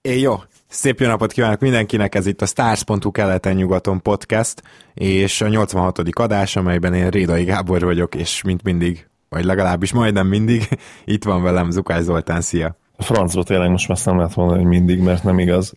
Jó, szép jó napot kívánok mindenkinek, ez itt a Stars.hu keleten-nyugaton podcast, és a 86. adás, amelyben én Rédai Gábor vagyok, és mint mindig, vagy legalábbis majdnem mindig, itt van velem Zukály Zoltán, szia! A francba tényleg most már nem lehet mondani, hogy mindig, mert nem igaz.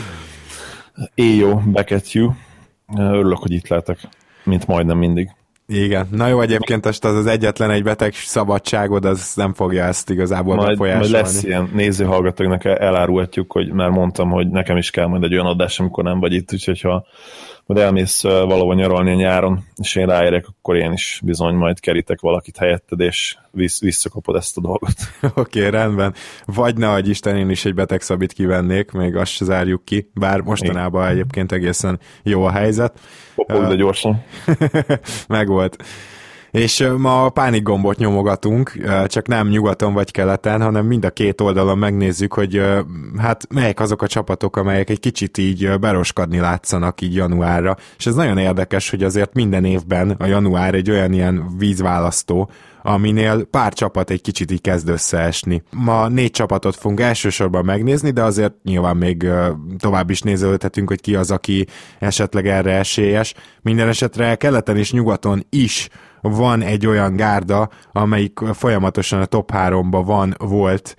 Jó, back at you. Örülök, hogy itt lehetek, mint majdnem mindig. Igen, na jó, egyébként az egyetlen egy beteg szabadságod, az nem fogja ezt igazából befolyásolni. Majd lesz ilyen nézőhallgatóknak elárulhatjuk, hogy már mondtam, hogy nekem is kell majd egy olyan adás, amikor nem vagy itt, úgyhogy ha majd elmész valahol nyaralni a nyáron, és én ráérek, akkor én is bizony majd kerítek valakit helyetted, és visszakapod ezt a dolgot. Oké, rendben. Vagy ne adj Isten, én is egy betegszabit kivennék, még azt se zárjuk ki, bár mostanában egyébként egészen jó a helyzet. Popog, de gyorsan. Megvolt. És ma a pánikgombot nyomogatunk, csak nem nyugaton vagy keleten, hanem mind a két oldalon megnézzük, hogy hát melyek azok a csapatok, amelyek egy kicsit így beroskadni látszanak így januárra. És ez nagyon érdekes, hogy azért minden évben a január egy olyan ilyen vízválasztó, aminél pár csapat egy kicsit így kezd összeesni. Ma 4 csapatot fogunk elsősorban megnézni, de azért nyilván még tovább is nézelődhetünk, hogy ki az, aki esetleg erre esélyes. Minden esetre keleten és nyugaton is van egy olyan gárda, amelyik folyamatosan a top 3-ba volt,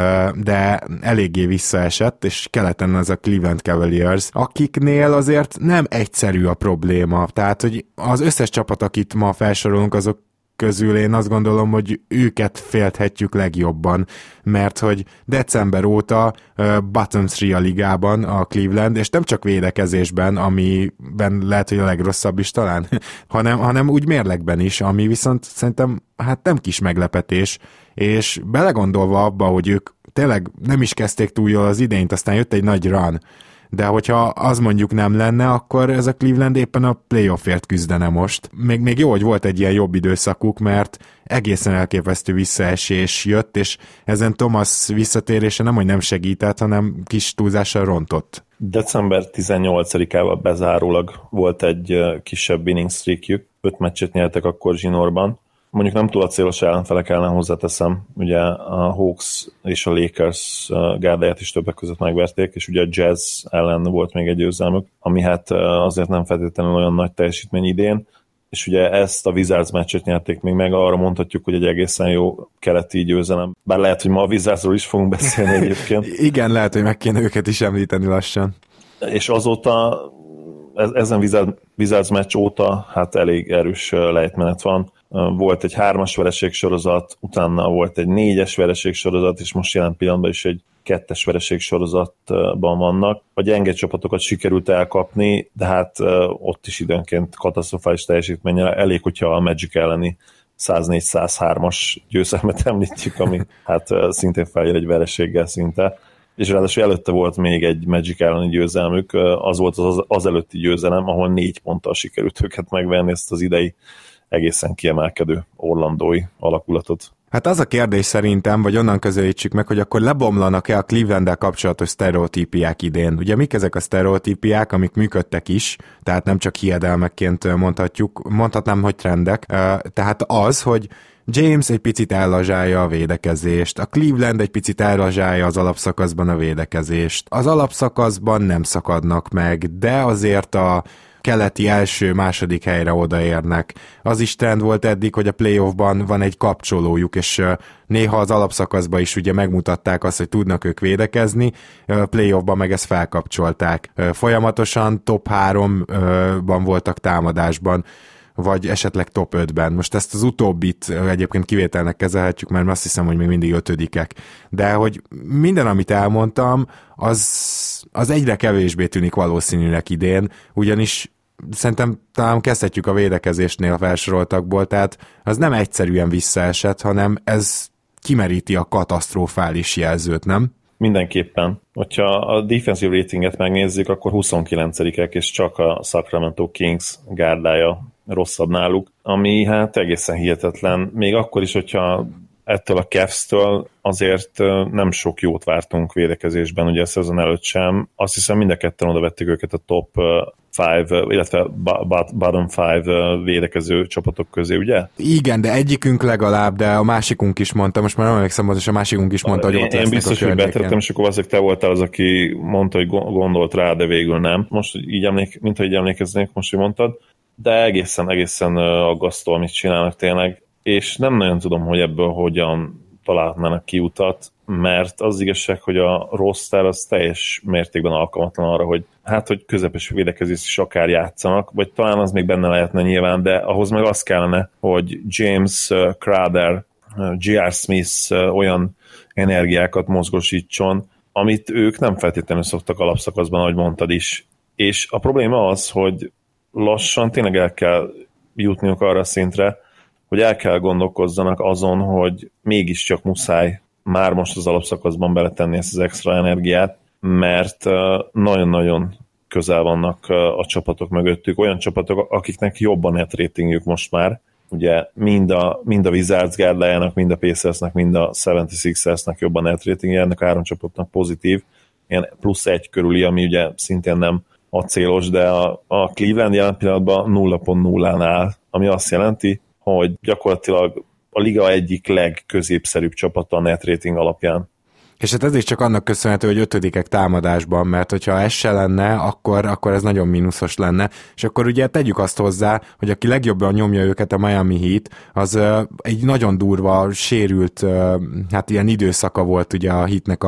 de eléggé visszaesett, és keleten az a Cleveland Cavaliers, akiknél azért nem egyszerű a probléma. Tehát, hogy az összes csapat, akit ma felsorolunk, azok közül én azt gondolom, hogy őket félthetjük legjobban, mert hogy december óta bottom 3 a ligában a Cleveland, és nem csak védekezésben, amiben lehet, hogy a legrosszabb is talán, hanem úgy mérlegben is, ami viszont szerintem hát nem kis meglepetés, és belegondolva abba, hogy ők tényleg nem is kezdték túl jól az idényt, aztán jött egy nagy run, de hogyha az mondjuk nem lenne, akkor ez a Cleveland éppen a playoffért küzdene most. Még jó, hogy volt egy ilyen jobb időszakuk, mert egészen elképesztő visszaesés jött, és ezen Thomas visszatérése nem, hogy nem segített, hanem kis túlzással rontott. December 18-ával bezárólag volt egy kisebb winning streakjük, 5 meccset nyertek akkor zsinórban. Mondjuk nem túl a célos ellenfelek ellen hozzáteszem, ugye a Hawks és a Lakers gárdáját is többek között megverték, és ugye a Jazz ellen volt még egy győzelmük, ami hát azért nem feltétlenül olyan nagy teljesítmény idén, és ugye ezt a Wizards meccset nyerték még meg, arra mondhatjuk, hogy egy egészen jó keleti győzelem. Bár lehet, hogy ma a Wizardsról is fogunk beszélni egyébként. Igen, lehet, hogy meg kéne őket is említeni lassan. És azóta, ezen Wizards meccs óta hát elég erős lejtmenet van. Volt egy 3-as vereségsorozat, utána volt egy 4-es vereségsorozat, és most jelen pillanatban is egy 2-es vereségsorozatban vannak. A gyenge csapatokat sikerült elkapni, de hát ott is időnként katasztrofális teljesítménnyel. Elég, hogyha a Magic elleni 104-103-as győzelmet említjük, ami hát szintén feljel egy vereséggel szinte. És ráadásul előtte volt még egy Magic elleni győzelmük, az volt az előtti győzelem, ahol 4 ponttal sikerült őket megvenni, ezt az idei egészen kiemelkedő orlandói alakulatot. Hát az a kérdés szerintem, vagy onnan közelítsük meg, hogy akkor lebomlanak-e a Cleveland-del kapcsolatos sztereotípiák idén. Ugye mik ezek a sztereotípiák, amik működtek is, tehát nem csak hiedelmekként mondhatnám, hogy trendek. Tehát az, hogy James egy picit ellazsálja a védekezést, a Cleveland egy picit ellazsálja az alapszakaszban a védekezést. Az alapszakaszban nem szakadnak meg, de azért a keleti első-második helyre odaérnek. Az is trend volt eddig, hogy a playoffban van egy kapcsolójuk, és néha az alapszakaszban is ugye megmutatták azt, hogy tudnak ők védekezni, playoffban meg ezt felkapcsolták. Folyamatosan top 3-ban voltak támadásban, vagy esetleg top 5-ben. Most ezt az utóbbit egyébként kivételnek kezelhetjük, mert azt hiszem, hogy még mindig 5-ek. De hogy minden, amit elmondtam, az egyre kevésbé tűnik valószínűnek idén, ugyanis szerintem talán kezdhetjük a védekezésnél a felsoroltakból, tehát az nem egyszerűen visszaesett, hanem ez kimeríti a katasztrofális jelzőt, nem? Mindenképpen. Hogyha a defensive ratinget megnézzük, akkor 29-ek, és csak a Sacramento Kings gárdája rosszabb náluk, ami hát egészen hihetetlen. Még akkor is, hogyha ettől a Cavs-től azért nem sok jót vártunk védekezésben, ugye a szezon előtt sem. Azt hiszem mind a ketten oda vették őket a top 5, illetve bottom 5 védekező csapatok közé, ugye? Igen, de egyikünk legalább, de a másikunk is mondta, most már nem emlékszem, hogy a másikunk is mondta, hogy ott lesznek. Én biztos, hogy betettem, és akkor azért te voltál az, aki mondta, hogy gondolt rá, de végül nem. Most így emlékeznék, most, hogy mondtad, de egészen aggasztó, amit csinálnak tényleg, és nem nagyon tudom, hogy ebből hogyan találnának kiutat, mert az igazság, hogy a roster az teljes mértékben alkalmatlan arra, hogy hogy közepes védekezést is akár játszanak, vagy talán az még benne lehetne nyilván, de ahhoz meg az kellene, hogy James Crowder, J.R. Smith olyan energiákat mozgosítson, amit ők nem feltétlenül szoktak alapszakaszban, ahogy mondtad is. És a probléma az, hogy lassan tényleg el kell jutniuk arra a szintre, hogy el kell gondolkozzanak azon, hogy mégiscsak muszáj már most az alapszakaszban beletenni ezt az extra energiát, mert nagyon-nagyon közel vannak a csapatok mögöttük, olyan csapatok, akiknek jobban net ratingjük most már, ugye mind a Wizards gárdájának, mind a Pacersnek, mind a 76ersnek jobban net ratingje, ennek a 3 csapatnak pozitív, ilyen +1 körüli, ami ugye szintén nem acélos, de a Cleveland jelen pillanatban 0.0-án áll, ami azt jelenti, hogy gyakorlatilag a liga egyik legközépszerűbb csapata a net rating alapján. És hát ez is csak annak köszönhető, hogy 5. támadásban, mert hogyha ez se lenne, akkor ez nagyon mínuszos lenne. És akkor ugye tegyük azt hozzá, hogy aki legjobban nyomja őket, a Miami Heat, az egy nagyon durva, sérült, ilyen időszaka volt ugye a Heatnek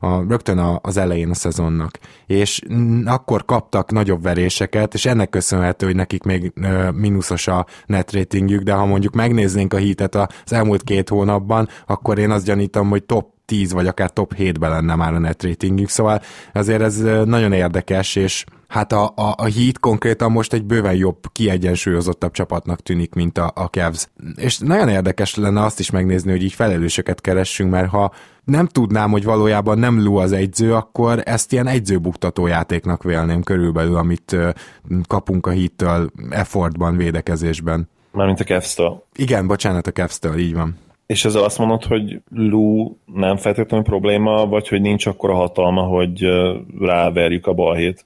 rögtön az elején a szezonnak. És akkor kaptak nagyobb veréseket, és ennek köszönhető, hogy nekik még mínuszos a net ratingjük, de ha mondjuk megnéznénk a Heatet az elmúlt 2 hónapban, akkor én azt gyanítom, hogy top 10 vagy akár top 7-ben lenne már a net ratingjük, szóval azért ez nagyon érdekes, és hát a Heat konkrétan most egy bőven jobb, kiegyensúlyozottabb csapatnak tűnik, mint a Cavs. És nagyon érdekes lenne azt is megnézni, hogy így felelősöket keressünk, mert ha nem tudnám, hogy valójában nem Lou az egyző, akkor ezt ilyen egyzőbuktató játéknak vélném körülbelül, amit kapunk a Heattől effortban, védekezésben. Mármint a Cavs-től. Igen, bocsánat, a Cavs-től, így van. És ezzel azt mondod, hogy Lou nem feltétlenül probléma, vagy hogy nincs akkora hatalma, hogy ráverjük a balhét?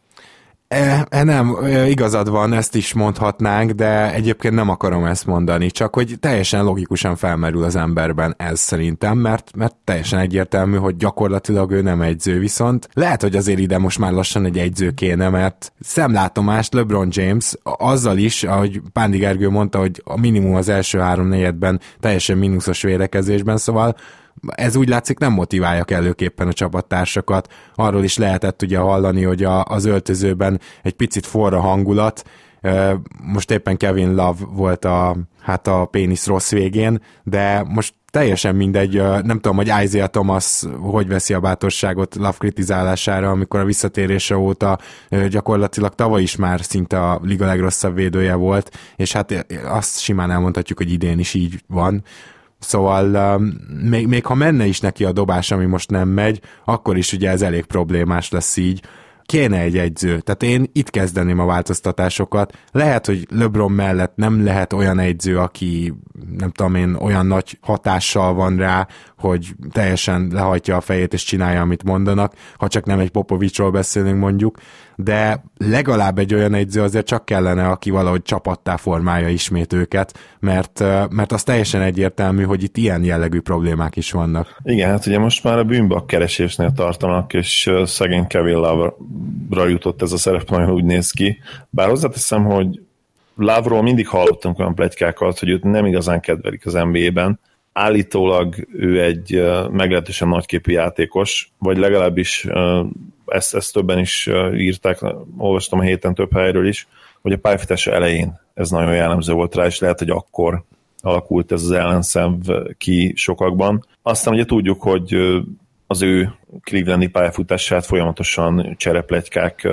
Nem, igazad van, ezt is mondhatnánk, de egyébként nem akarom ezt mondani, csak hogy teljesen logikusan felmerül az emberben ez szerintem, mert teljesen egyértelmű, hogy gyakorlatilag ő nem egyző, viszont lehet, hogy azért ide most már lassan egy egyző kéne, mert szemlátomást LeBron James azzal is, ahogy Pándi Gergő mondta, hogy a minimum az első 3/4-ben teljesen mínuszos védekezésben, szóval ez úgy látszik nem motiválja kellőképpen a csapattársakat. Arról is lehetett ugye hallani, hogy az öltözőben egy picit forra hangulat. Most éppen Kevin Love volt a pénisz rossz végén, de most teljesen mindegy, nem tudom, hogy Isaiah Thomas hogy veszi a bátorságot Love kritizálására, amikor a visszatérése óta gyakorlatilag tavaly is már szinte a liga legrosszabb védője volt, és hát azt simán elmondhatjuk, hogy idén is így van. Szóval még ha menne is neki a dobás, ami most nem megy, akkor is ugye ez elég problémás lesz így. Kéne egy egyző, tehát én itt kezdeném a változtatásokat. Lehet, hogy LeBron mellett nem lehet olyan egyző, aki nem tudom én, olyan nagy hatással van rá, hogy teljesen lehajtja a fejét és csinálja, amit mondanak, ha csak nem egy Popovicsról beszélünk mondjuk, de legalább egy olyan egyző azért csak kellene, aki valahogy csapattá formálja ismét őket, mert az teljesen egyértelmű, hogy itt ilyen jellegű problémák is vannak. Igen, hát ugye most már a bűnbak keresésnél tartanak, és szegény Kevin Love-ra jutott ez a szerep, nagyon úgy néz ki. Bár hozzáteszem, hogy Love-ról mindig hallottunk olyan pletykákat, hogy őt nem igazán kedvelik az NBA-ben. Állítólag ő egy meglehetősen nagyképű játékos, vagy legalábbis ezt többen is írták, olvastam a héten több helyről is, hogy a pályafutása elején ez nagyon jellemző volt rá, és lehet, hogy akkor alakult ez az ellenszenv ki sokakban. Aztán ugye tudjuk, hogy az ő clevelandi pályafutását folyamatosan cserepletykák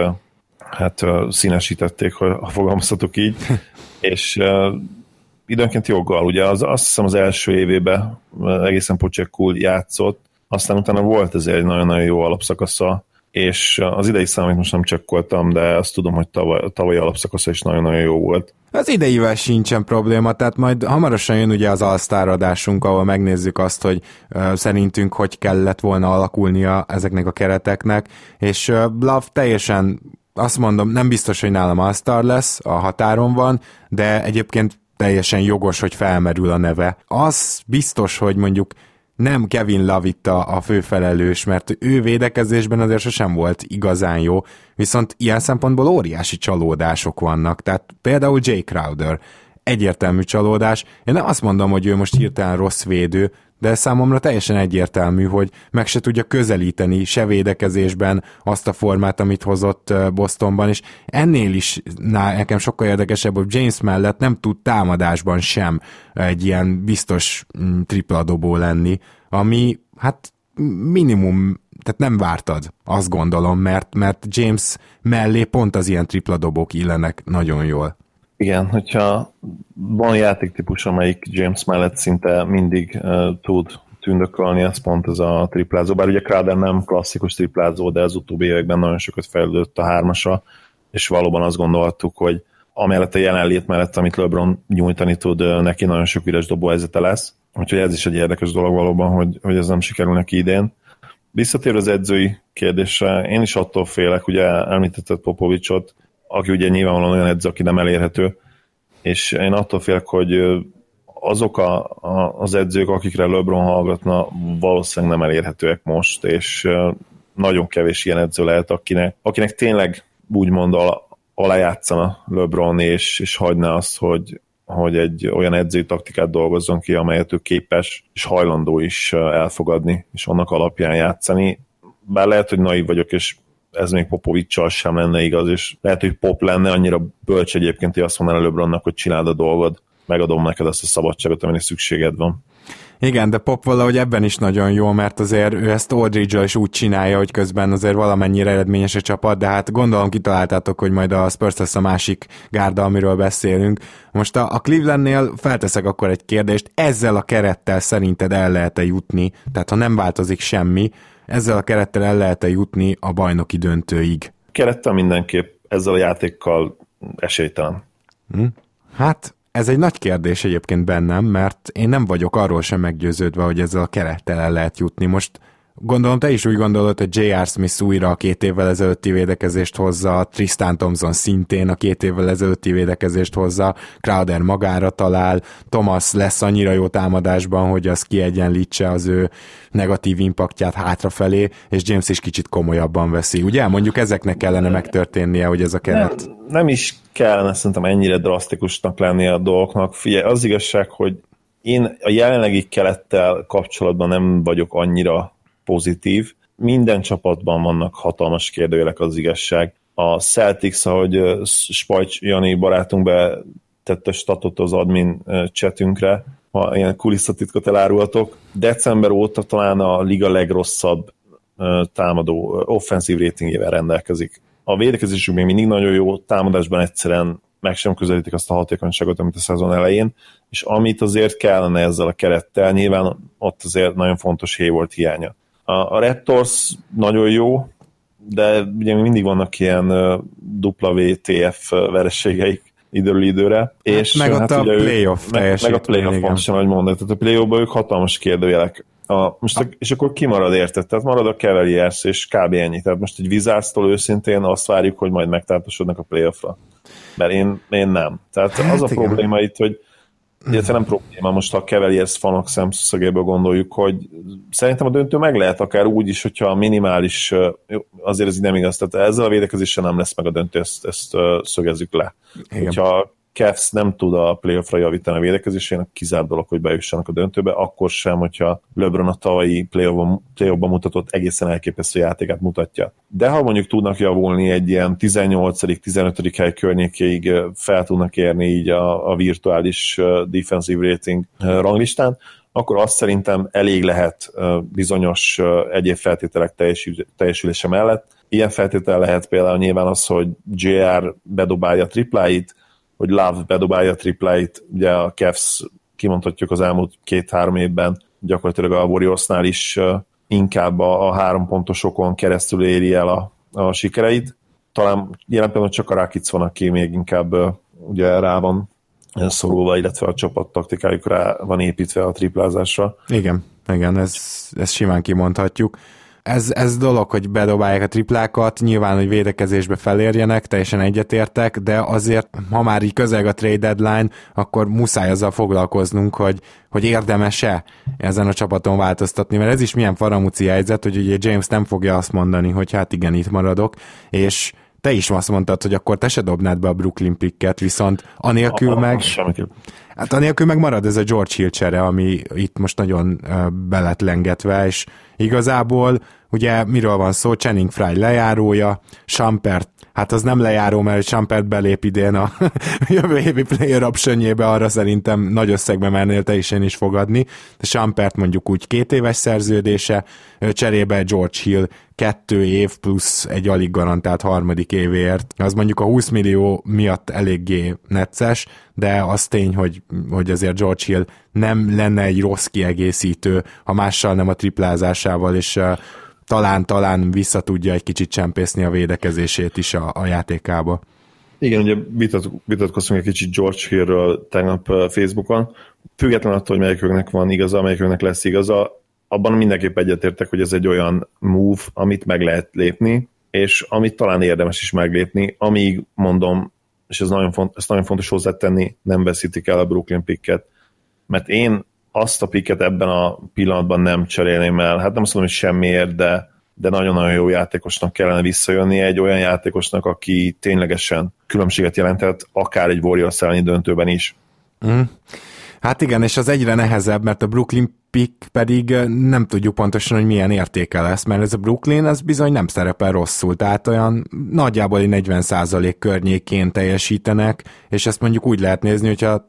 színesítették, ha fogalmazhatok így, és időnként joggal, ugye azt hiszem az első évében egészen pocsékkul játszott, aztán utána volt ezért egy nagyon-nagyon jó alapszakasza, és az idei számít most nem csekkoltam, de azt tudom, hogy tavalyi alapszakasza is nagyon-nagyon jó volt. Az ideivel sincsen probléma, tehát majd hamarosan jön ugye az All-Star adásunk, ahol megnézzük azt, hogy szerintünk hogy kellett volna alakulnia ezeknek a kereteknek, és Love teljesen, azt mondom, nem biztos, hogy nálam All-Star lesz, a határon van, de egyébként teljesen jogos, hogy felmerül a neve. Az biztos, hogy mondjuk nem Kevin Love itt a főfelelős, mert ő védekezésben azért sosem volt igazán jó, viszont ilyen szempontból óriási csalódások vannak, tehát például Jay Crowder, egyértelmű csalódás. Én nem azt mondom, hogy ő most hirtelen rossz védő, de számomra teljesen egyértelmű, hogy meg se tudja közelíteni se védekezésben azt a formát, amit hozott Bostonban, és ennél is nekem sokkal érdekesebb, hogy James mellett nem tud támadásban sem egy ilyen biztos tripladobó lenni, ami hát minimum, tehát nem vártad, azt gondolom, mert James mellé pont az ilyen tripladobók illenek nagyon jól. Igen, hogyha van játéktípus, amelyik James mellett szinte mindig tud tündökölni, ez pont ez a triplázó. Bár ugye Crowder nem klasszikus triplázó, de az utóbbi években nagyon sokat fejlődött a hármasa, és valóban azt gondoltuk, hogy amellett a jelenlét mellett, amit LeBron nyújtani tud, neki nagyon sok üres dobóhelyzete lesz. Úgyhogy ez is egy érdekes dolog valóban, hogy ez nem sikerül neki idén. Visszatérve az edzői kérdésre, én is attól félek, ugye említetted Popovicsot, aki ugye nyilvánvalóan olyan edző, aki nem elérhető, és én attól félek, hogy azok az edzők, akikre LeBron hallgatna, valószínűleg nem elérhetőek most, és nagyon kevés ilyen edző lehet, akinek tényleg úgymond alájátszana LeBron, és hagyná azt, hogy egy olyan edzői taktikát dolgozzon ki, amelyet ő képes és hajlandó is elfogadni, és annak alapján játszani. Bár lehet, hogy naív vagyok, és ez még Popovics-sal sem lenne igaz, és lehet, hogy Pop lenne annyira bölcs egyébként, hogy azt mondaná LeBronnak, hogy csináld a dolgod, megadom neked azt a szabadságot, amire szükséged van. Igen, de Pop valahogy ebben is nagyon jó, mert azért ő ezt Aldridge-al is úgy csinálja, hogy közben azért valamennyire eredményes a csapat, de hát gondolom kitaláltátok, hogy majd a Spurs lesz a másik gárda, amiről beszélünk. Most a Clevelandnél felteszek akkor egy kérdést, ezzel a kerettel szerinted el lehet-e jutni, tehát ha nem változik semmi, ezzel a kerettel el lehet-e jutni a bajnoki döntőig? Kerettel mindenképp, ezzel a játékkal esélytelen. Hát ez egy nagy kérdés egyébként bennem, mert én nem vagyok arról sem meggyőződve, hogy ezzel a kerettel el lehet jutni. Most gondolom te is úgy gondolod, hogy J.R. Smith újra a 2 évvel ezelőtti védekezést hozza, Tristan Thompson szintén a 2 évvel ezelőtti védekezést hozza, Crowder magára talál, Thomas lesz annyira jó támadásban, hogy az kiegyenlítse az ő negatív impaktját hátrafelé, és James is kicsit komolyabban veszi. Ugye? Mondjuk ezeknek kellene megtörténnie, hogy ez a keret. Nem is kellene szerintem ennyire drasztikusnak lenni a dolgoknak. Figyelj, az igazság, hogy én a jelenlegi kerettel kapcsolatban nem vagyok annyira pozitív. Minden csapatban vannak hatalmas kérdőjelek, az igazság. A Celtics, ahogy Spajcs Jani barátunk betette statot az admin chatünkre, ha ilyen kulisszatitkot elárulhatok, december óta talán a liga legrosszabb támadó offenzív ratingjével rendelkezik. A védekezésük még mindig nagyon jó, támadásban egyszerűen meg sem közelítik azt a hatékonyságot, amit a szezon elején, és amit azért kellene ezzel a kerettel, nyilván ott azért nagyon fontos Hayward hiánya. A Raptors nagyon jó, de ugye mindig vannak ilyen WTF vereségeik időről időre. És meg ott a playoff meg a playoff sem, ahogy mondani. Tehát a playoffban ők hatalmas kérdőjelek. És akkor ki marad, érted? Tehát marad a Cavaliers, és kb. Ennyi. Tehát most egy Wizardstól őszintén azt várjuk, hogy majd megtartosodnak a playoffra. Mert én nem. Tehát hát az a probléma itt, hogy illetve nem probléma, most a Cavaliers fanok szemszögéből gondoljuk, hogy szerintem a döntő meg lehet akár úgy is, hogyha minimális, azért ez így nem igaz, tehát ezzel a védekezéssel nem lesz meg a döntő, ezt szögezzük le. Igen. Hogyha Cavs nem tud a playoffra javítani a védekezésén, kizárt dolog, hogy bejussanak a döntőbe, akkor sem, hogyha LeBron a tavalyi playoffban mutatott egészen elképesztő játékát mutatja. De ha mondjuk tudnak javulni egy ilyen 18.-15. hely környékéig fel tudnak érni így a virtuális defensive rating ranglistán, akkor azt szerintem elég lehet bizonyos egyéb feltételek teljesülése mellett. Ilyen feltétel lehet például nyilván az, hogy JR bedobálja tripláit, hogy Love bedobálja tripláit, ugye a Cavs kimondhatjuk az elmúlt 2-3 évben gyakorlatilag a Warriorsnál is inkább a 3 pontosokon keresztül éri el a sikereit. Talán jelen pillanatban csak a Rakic van, aki még inkább ugye rá van szorulva, illetve a csapat taktikájuk rá van építve a triplázásra. Igen, ezt simán kimondhatjuk. Ez dolog, hogy bedobálják a triplákat, nyilván, hogy védekezésbe felérjenek, teljesen egyetértek, de azért, ha már így közel a trade deadline, akkor muszáj azzal foglalkoznunk, hogy érdemes-e ezen a csapaton változtatni, mert ez is milyen faramúci helyzet, hogy ugye James nem fogja azt mondani, hogy hát igen, itt maradok, és te is azt mondtad, hogy akkor te se dobnád be a Brooklyn picket, viszont anélkül meg marad ez a George Hill csere, ami itt most nagyon be lett lengetve, és igazából ugye miről van szó, Channing Frye lejárója, Shumpert, hát az nem lejáró, mert Shumpert belép idén a jövő évi player optionjébe, arra szerintem nagy összegbe mernél te is én is fogadni, de Shumpert mondjuk úgy 2 éves szerződése, cserébe George Hill 2 év plusz egy alig garantált 3. évért. Az mondjuk a 20 millió miatt eléggé necces, de az tény, hogy azért George Hill nem lenne egy rossz kiegészítő, ha mással nem a triplázásával, és talán vissza tudja egy kicsit csempészni a védekezését is a játékába. Igen, ugye vitatkoztunk egy kicsit George Hillről tegnap Facebookon. Függetlenül attól, hogy melyikőknek van igaza, melyikőknek lesz igaza, abban mindenképp egyetértek, hogy ez egy olyan move, amit meg lehet lépni, és amit talán érdemes is meglépni, amíg mondom, és ezt nagyon fontos hozzátenni, nem veszítik el a Brooklyn picket. Mert én azt a picket ebben a pillanatban nem cserélném el. Hát nem azt mondom, hogy semmiért, de nagyon-nagyon jó játékosnak kellene visszajönni, egy olyan játékosnak, aki ténylegesen különbséget jelentett, akár egy Warriors elleni döntőben is. Hát igen, és az egyre nehezebb, mert a Brooklyn pick pedig nem tudjuk pontosan, hogy milyen értéke lesz, mert ez a Brooklyn, ez bizony nem szerepel rosszul, tehát olyan nagyjából egy 40% környékén teljesítenek, és ezt mondjuk úgy lehet nézni, hogyha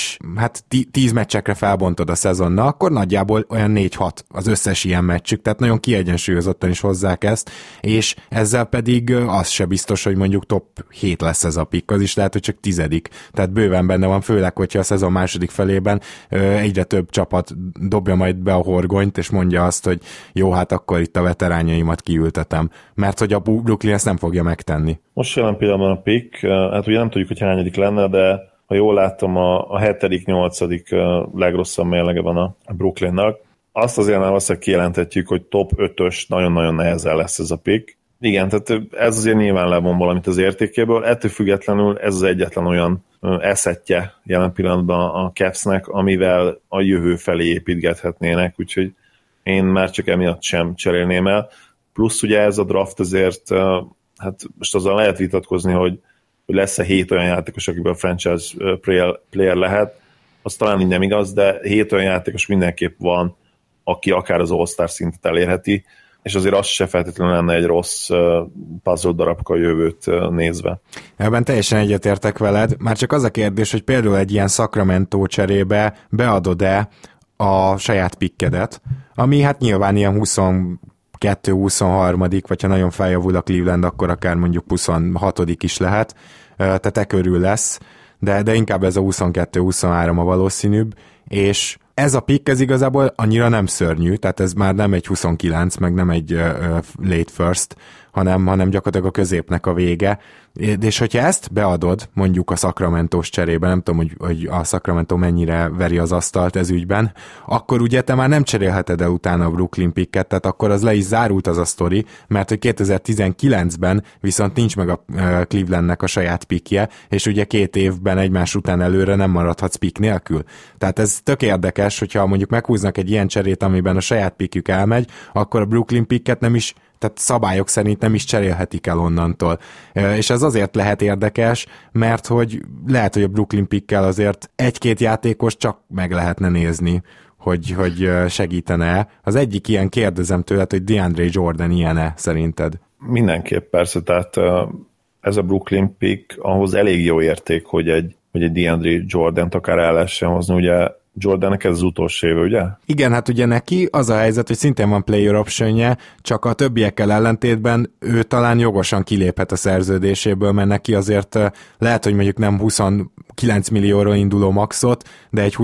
10 meccsekre felbontod a szezonna, akkor nagyjából olyan 4-6 az összes ilyen meccsük, tehát nagyon kiegyensúlyozottan is hozzák ezt, és ezzel pedig az se biztos, hogy mondjuk top 7 lesz ez a pick, az is lehet, hogy csak 10. Tehát bőven benne van, főleg, hogyha a szezon második felében egyre több csapat dobja majd be a horgonyt, és mondja azt, hogy jó, hát akkor itt a veterányaimat kiültetem. Mert hogy a Brooklyn ezt nem fogja megtenni. Most jelen pillanatban a pick, hát ugye nem tudjuk, hogy hányadik lenne, de ha jól látom, a 7.-8. Legrosszabb mérlege van a Brooklynnak. Azt azért már valószínűleg kijelenthetjük, hogy top 5-ös nagyon-nagyon nehezen lesz ez a pick. Igen, tehát ez azért nyilván levon valamit az értékéből, ettől függetlenül ez az egyetlen olyan eszettje jelen pillanatban a Cavsnek, amivel a jövő felé építgethetnének, úgyhogy én már csak emiatt sem cserélném el. Plusz ugye ez a draft azért, hát most azzal lehet vitatkozni, hogy lesz-e 7 olyan játékos, akiből a franchise player lehet, az talán így nem igaz, de 7 olyan játékos mindenképp van, aki akár az All-Star szintet elérheti, és azért az se feltétlenül lenne egy rossz puzzle darabka a jövőt nézve. Ebben teljesen egyetértek veled, már csak az a kérdés, hogy például egy ilyen Sacramento cserébe beadod-e a saját pikkedet, ami hát nyilván ilyen 22-23, vagy ha nagyon feljavul a Cleveland, akkor akár mondjuk 26. is lehet, tehát körül lesz, de inkább ez a 22-23 a valószínűbb, és ez a pick, ez igazából annyira nem szörnyű, tehát ez már nem egy 29, meg nem egy late first, hanem gyakorlatilag a középnek a vége. És hogyha ezt beadod, mondjuk a Sacramento-s cserébe, nem tudom, hogy a Sacramento mennyire veri az asztalt ez ügyben, akkor ugye te már nem cserélheted el utána a Brooklyn picket, tehát akkor az le is zárult az a sztori, mert hogy 2019-ben viszont nincs meg a Clevelandnek a saját pickje, és ugye 2 évben egymás után előre nem maradhatsz pick nélkül. Tehát ez tök érdekes, hogyha mondjuk meghúznak egy ilyen cserét, amiben a saját pickjük elmegy, akkor a Brooklyn picket nem is, tehát szabályok szerint nem is cserélhetik el onnantól. És ez azért lehet érdekes, mert hogy lehet, hogy a Brooklyn pickkel azért 1-2 játékos csak meg lehetne nézni, hogy segítene. Az egyik ilyen, kérdezem tőled, hogy DeAndre Jordan ilyen-e szerinted? Mindenképp persze, tehát ez a Brooklyn pick ahhoz elég jó érték, hogy egy DeAndre Jordant akár el lehessen hozni. Ugye Jordannek ez az utolsó éve, ugye? Igen, hát ugye neki az a helyzet, hogy szintén van player optionje, csak a többiekkel ellentétben ő talán jogosan kiléphet a szerződéséből, mert neki azért lehet, hogy mondjuk nem 29 millióról induló maxot, de egy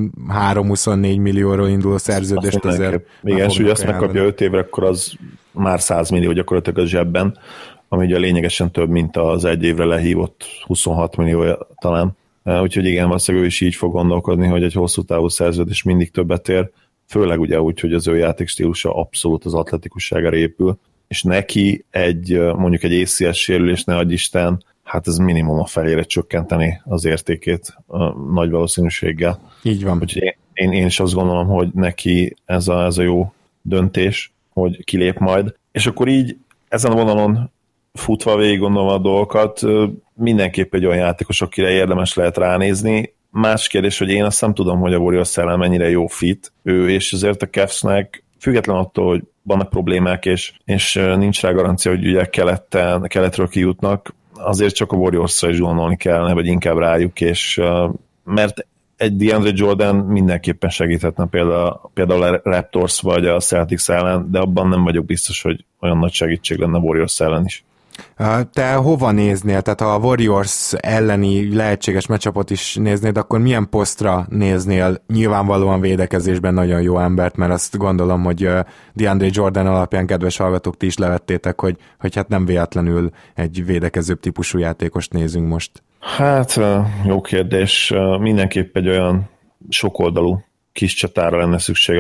23-24 millióról induló szerződést azért... Igen, és ugye azt megkapja 5 évre, akkor az már 100 millió gyakorlatilag a zsebben, ami ugye lényegesen több, mint az egy évre lehívott 26 millió talán. Úgyhogy igen, valószínűleg ő is így fog gondolkodni, hogy egy hosszú távú szerződés mindig többet ér, főleg ugye úgy, hogy az ő játékstílusa abszolút az atletikusságára épül, és neki mondjuk egy ACS sérülés, ne adj Isten, hát ez minimum a felére csökkenteni az értékét nagy valószínűséggel. Így van. Úgyhogy én is azt gondolom, hogy neki ez a jó döntés, hogy kilép majd, és akkor így ezen a vonalon futva végig gondolva a dolgokat, mindenképp egy olyan játékos, akire érdemes lehet ránézni. Más kérdés, hogy én azt nem tudom, hogy a Warriors ellen mennyire jó fit ő, és azért a Cavsnek független attól, hogy vannak problémák, és nincs rá garancia, hogy ugye keletről kijutnak, azért csak a Warriors-ra is gondolni kellene, vagy inkább rájuk, és mert egy DeAndre Jordan mindenképpen segíthetne például a Raptors vagy a Celtics ellen, de abban nem vagyok biztos, hogy olyan nagy segítség lenne a Warriors ellen is. Te hova néznél? Tehát ha a Warriors elleni lehetséges matchupot is néznéd, akkor milyen posztra néznél? Nyilvánvalóan védekezésben nagyon jó embert, mert azt gondolom, hogy DeAndre Jordan alapján, kedves hallgatók, ti is levettétek, hogy hát nem véletlenül egy védekezőbb típusú játékost nézünk most. Hát, jó kérdés. Mindenképp egy olyan sokoldalú kis csatára lenne szükség,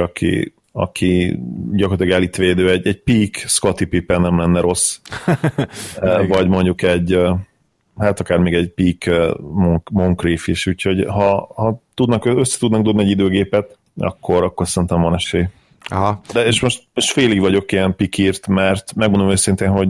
aki gyakorlatilag elitvédő, egy peak Scottie Pippen nem lenne rossz. Vagy mondjuk hát akár még egy peak Moncrief is, úgyhogy ha össze tudnak dobni egy időgépet, akkor szerintem van esély. Aha. De és most félig vagyok ilyen pikírt, mert megmondom őszintén, hogy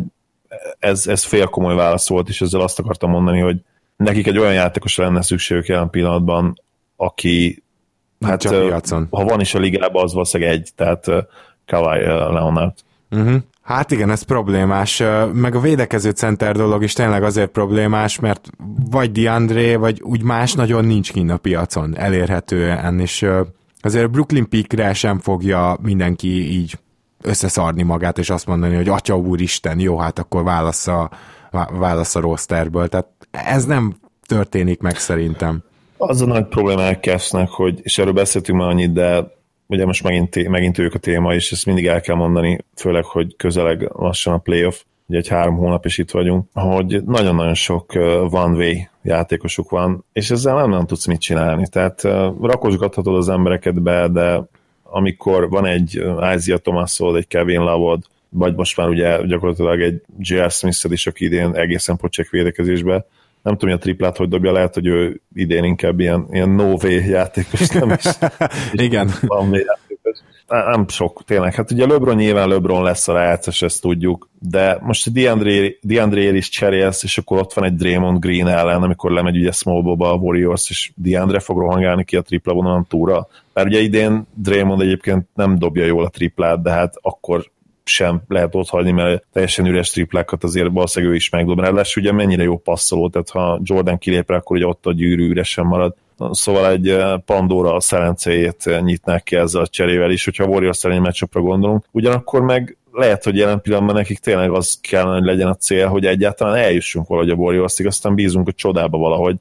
ez fél komoly válasz volt, és ezzel azt akartam mondani, hogy nekik egy olyan játékosra lenne szükségük jelen pillanatban, aki hát ha van is a ligában, az valószínűleg egy, tehát Kawhi Leonard. Uh-huh. Hát igen, ez problémás, meg a védekező center dolog is tényleg azért problémás, mert vagy DeAndre, vagy úgy más nagyon nincs kinn a piacon elérhetően, és azért a Brooklyn Peakre sem fogja mindenki így összeszarni magát, és azt mondani, hogy atya úristen, jó, hát akkor válasz a rosterből, tehát ez nem történik meg szerintem. Az a nagy problémák Cavsnek, hogy, és erről beszéltünk már annyit, de ugye most megint ők a téma, és ezt mindig el kell mondani, főleg, hogy közeleg lassan a playoff, ugye egy 3 hónap is itt vagyunk, hogy nagyon-nagyon sok one-way játékosuk van, és ezzel nem tudsz mit csinálni. Tehát rakosgathatod az embereket be, de amikor van egy Isaiah Thomasod, egy Kevin Love-od, vagy most már ugye gyakorlatilag egy J.R. Smith-ed is, aki idén egészen pocsék védekezésbe, nem tudom, hogy a triplát hogy dobja, lehet, hogy ő idén inkább ilyen no-way játékos, nem is. Igen. Játékos. Nem sok, tényleg. Hát ugye LeBron nyilván LeBron lesz a rájátszás, ezt tudjuk, de most a DeAndre is cserélsz, és akkor ott van egy Draymond Green ellen, amikor lemegy ugye small a Warriors, és DeAndre fog rohangálni ki a tripla vonalon túra. Mert ugye idén Draymond egyébként nem dobja jól a triplát, de hát akkor sem lehet ott hagyni, mert teljesen üres triplákat azért valószínűleg ő is megdob. Ráadásul ugye mennyire jó passzoló, tehát ha Jordan kilép rá, akkor ugye ott a gyűrű üresen marad. Szóval egy Pandora szelencéjét nyitnák ki ezzel a cserével is, hogyha a Warriors elleni meccsapra gondolunk. Ugyanakkor meg lehet, hogy jelen pillanatban nekik tényleg az kellene, hogy legyen a cél, hogy egyáltalán eljussunk valahogy a Warriors-ig, aztán bízunk a csodába valahogy.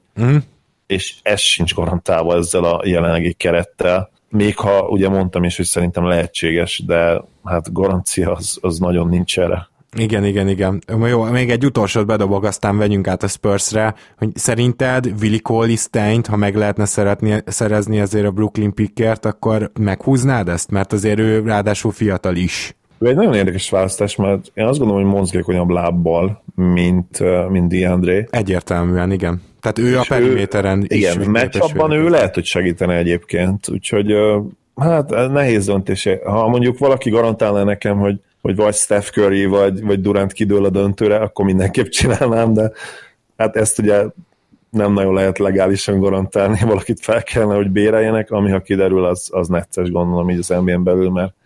És ez sincs garantálva ezzel a jelenlegi kerettel. Még ha ugye mondtam is, hogy szerintem lehetséges, de hát garancia az nagyon nincs erre. Igen. Jó, még egy utolsót bedobok, aztán vegyünk át a Spursre, hogy szerinted Willie Cauley-Steint, ha meg lehetne szerezni azért a Brooklyn Pickert, akkor meghúznád ezt? Mert azért ő ráadásul fiatal is. Ő egy nagyon érdekes választás, mert én azt gondolom, hogy mozgékonyabb lábbal, mint DeAndre. Egyértelműen, igen. Tehát ő a periméteren is. Igen, matchupban ő lehet, hogy segítene egyébként, úgyhogy hát nehéz döntés. Ha mondjuk valaki garantálna nekem, hogy vagy Steph Curry, vagy Durant kidől a döntőre, akkor mindenképp csinálnám, de hát ezt ugye nem nagyon lehet legálisan garantálni, valakit fel kellene, hogy béreljenek, ami ha kiderül, az necces, gondolom így az NBA-n belül, mert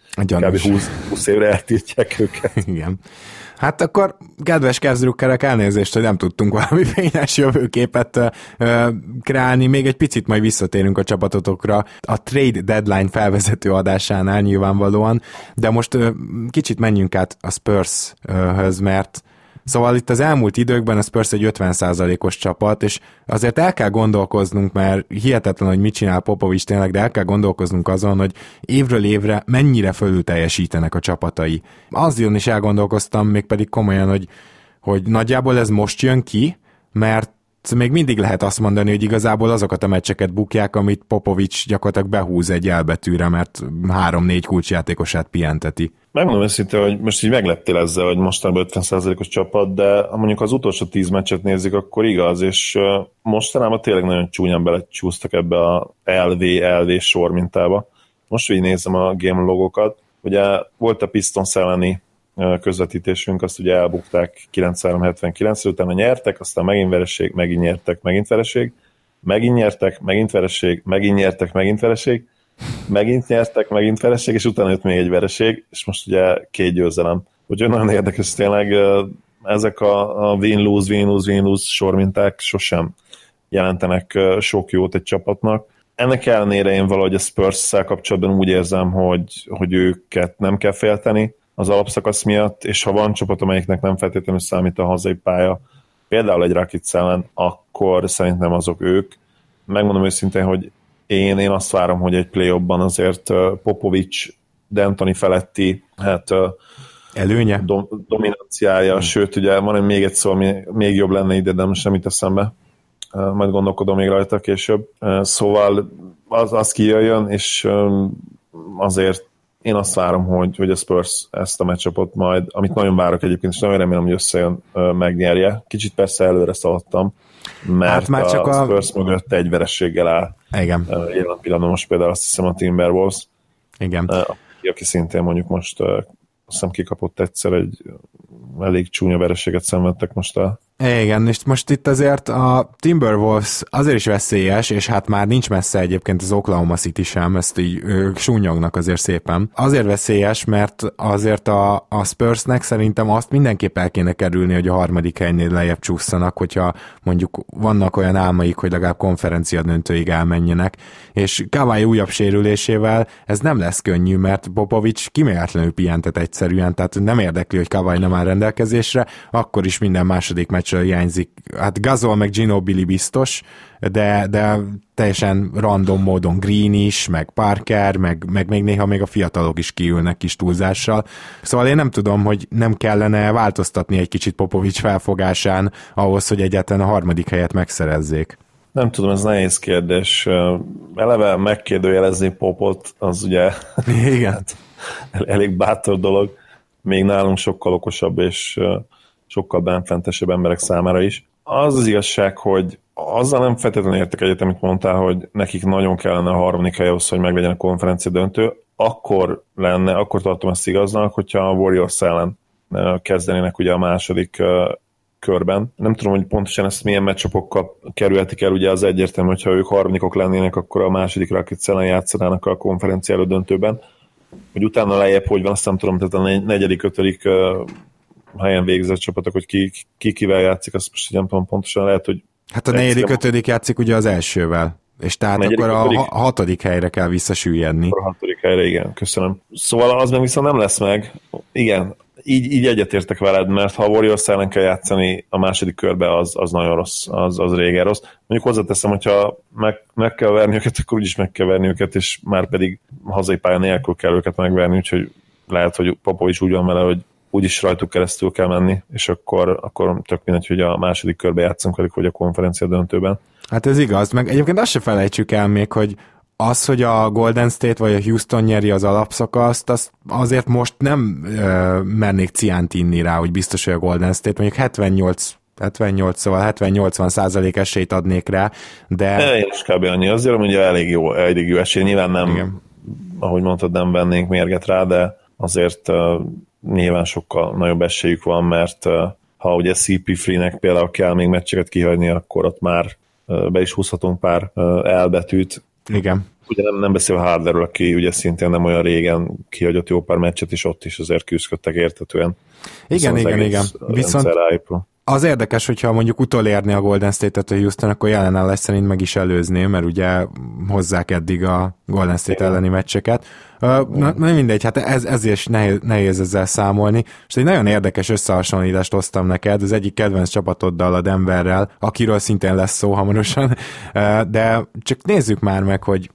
kb. 20 évre eltiltják őket. Igen. Hát akkor, kedves kezdrukkerek, elnézést, hogy nem tudtunk valami fényes jövőképet kreálni. Még egy picit majd visszatérünk a csapatotokra a trade deadline felvezető adásánál nyilvánvalóan, de most kicsit menjünk át a Spurs-höz, mert szóval itt az elmúlt időkben a Spurs egy 50%-os csapat, és azért el kell gondolkoznunk, mert hihetetlen, hogy mit csinál Popovics tényleg, de el kell gondolkoznunk azon, hogy évről évre mennyire fölül teljesítenek a csapatai. Azon is elgondolkoztam, mégpedig komolyan, hogy nagyjából ez most jön ki, mert még mindig lehet azt mondani, hogy igazából azokat a meccseket bukják, amit Popovics gyakorlatilag behúz egy elbetűre, mert 3-4 kulcsjátékosát pihenteti. Megmondom őszintén, hogy most így megleptél ezzel, hogy mostanában 50%-os csapat, de ha mondjuk az utolsó 10 meccset nézzük, akkor igaz, és mostanában tényleg nagyon csúnyán belecsúsztak ebbe a LV sor mintába. Most így nézem a game logokat, ugye volt a Pistons elleni közvetítésünk, azt ugye elbukták 93-79-re, utána nyertek, aztán megint vereség, megint nyertek, megint vereség, megint nyertek, megint vereség, megint nyertek, megint vereség, megint nyertek, megint vereség, és utána jött még egy vereség, és most ugye 2 győzelem. Úgyhogy nagyon érdekes tényleg, ezek a win-lose sorminták sosem jelentenek sok jót egy csapatnak. Ennek ellenére én valahogy a Spurs-szel kapcsolatban úgy érzem, hogy őket nem kell félteni az alapszakasz miatt, és ha van csapat, amelyiknek nem feltétlenül számít a hazai pálya, például egy Rockets ellen, akkor szerintem azok ők. Megmondom őszintén, hogy én azt várom, hogy egy play-offban azért Popovics, D'Antoni feletti előnye? Dominanciája, sőt, ugye van még egy szó, ami még jobb lenne ide, de most semmit eszembe. Majd gondolkodom még rajta később. Szóval az kijöjjön, és azért én azt várom, hogy a Spurs ezt a matchupot majd, amit nagyon várok egyébként, és nagyon remélem, hogy összejön, megnyerje. Kicsit persze előre szaladtam, mert hát már csak a Spurs mögött egy verességgel áll. Igen. Jelen pillanatban most például azt hiszem a Timberwolves. Igen. Aki szintén mondjuk most azt hiszem kikapott egyszer, egy elég csúnya vereséget szenvedtek most el. Igen, és most itt azért a Timberwolves azért is veszélyes, és hát már nincs messze egyébként az Oklahoma City sem, ezt így súnyognak azért szépen. Azért veszélyes, mert azért a Spursnek szerintem azt mindenképp el kéne kerülni, hogy a harmadik helynél lejjebb csúszanak, hogyha mondjuk vannak olyan álmaik, hogy legalább konferencia döntőig elmenjenek, és Kawhi újabb sérülésével ez nem lesz könnyű, mert Popovics kiméletlenül pihentet egyszerűen, tehát nem érdekli, hogy Kawhi nem áll rendelkezésre, akkor is minden második meccsről hiányzik. Hát Gasol meg Ginobili biztos, de teljesen random módon Green is, meg Parker, meg még néha még a fiatalok is kiülnek kis túlzással. Szóval én nem tudom, hogy nem kellene változtatni egy kicsit Popovics felfogásán ahhoz, hogy egyáltalán a harmadik helyet megszerezzék. Nem tudom, ez nehéz kérdés. Eleve megkérdőjelezni Popot, az ugye igen. elég bátor dolog, még nálunk sokkal okosabb és sokkal benfentesebb emberek számára is. Az igazság, hogy azzal nem feltétlenül értek egyet, amit mondtál, hogy nekik nagyon kellene a harmadik helyhoz, hogy meglegyen a konferencia döntő, akkor tartom ezt igaznak, hogyha a Warriors ellen kezdenének ugye a második körben. Nem tudom, hogy pontosan ezt milyen meccsapokkal kerülhetik el, ugye az egyértelmű, hogyha ők harmadikok lennének, akkor a második Rockets ellen játszanának a konferencia elődöntőben. Hogy utána lejjebb hogy van, azt nem tudom, tehát a negyedik, ötödik helyen végzett csapatok, hogy kivel játszik, azt most nem tudom pontosan, lehet, hogy... Hát a negyedik, ötödik játszik ugye az elsővel, és tehát negyedik, akkor a hatodik helyre kell visszasüllyedni. A hatodik helyre, igen, köszönöm. Szóval az meg viszont nem lesz meg. Igen, így egyetértek veled, mert ha a Warriors ellen kell játszani a második körbe, az nagyon rossz, az régen rossz. Mondjuk hozzáteszem, hogyha meg kell verni őket, akkor úgyis meg kell verni őket, és már pedig hazai pálya nélkül kell őket megverni, úgyhogy lehet, hogy Popovics úgy van vele, hogy úgyis rajtuk keresztül kell menni, és akkor tök mindegy, hogy a második körbe játszunk velük, vagy a konferencia döntőben. Hát ez igaz, meg egyébként azt se felejtsük el még, hogy az, hogy a Golden State vagy a Houston nyeri az alapszakaszt, azt azért most nem mernék ciánt inni rá, hogy biztos, hogy a Golden State mondjuk 78, szóval 70-80% esélyt adnék rá, de... Én is kb. Annyi, azért mondja elég jó esély, nyilván nem, igen. Ahogy mondtad, nem vennénk mérget rá, de azért nyilván sokkal nagyobb esélyük van, mert ha ugye CP3-nek például kell még meccseket kihagyni, akkor ott már be is húzhatunk pár elbetűt. Igen. Ugye nem beszél Harderről, aki ugye szintén nem olyan régen kihagyott jó pár meccset, és ott is azért küzdöttek értetően. Igen. Viszont az érdekes, hogyha mondjuk utolérni a Golden State-et a Houston, akkor jelenállás szerint meg is előzné, mert ugye hozzák eddig a Golden State elleni meccseket. Na mindegy, hát ezért is nehéz ezzel számolni. És egy nagyon érdekes összehasonlítást hoztam neked, az egyik kedvenc csapatoddal, a Denverrel, akiről szintén lesz szó hamarosan, de csak nézzük már meg, hogy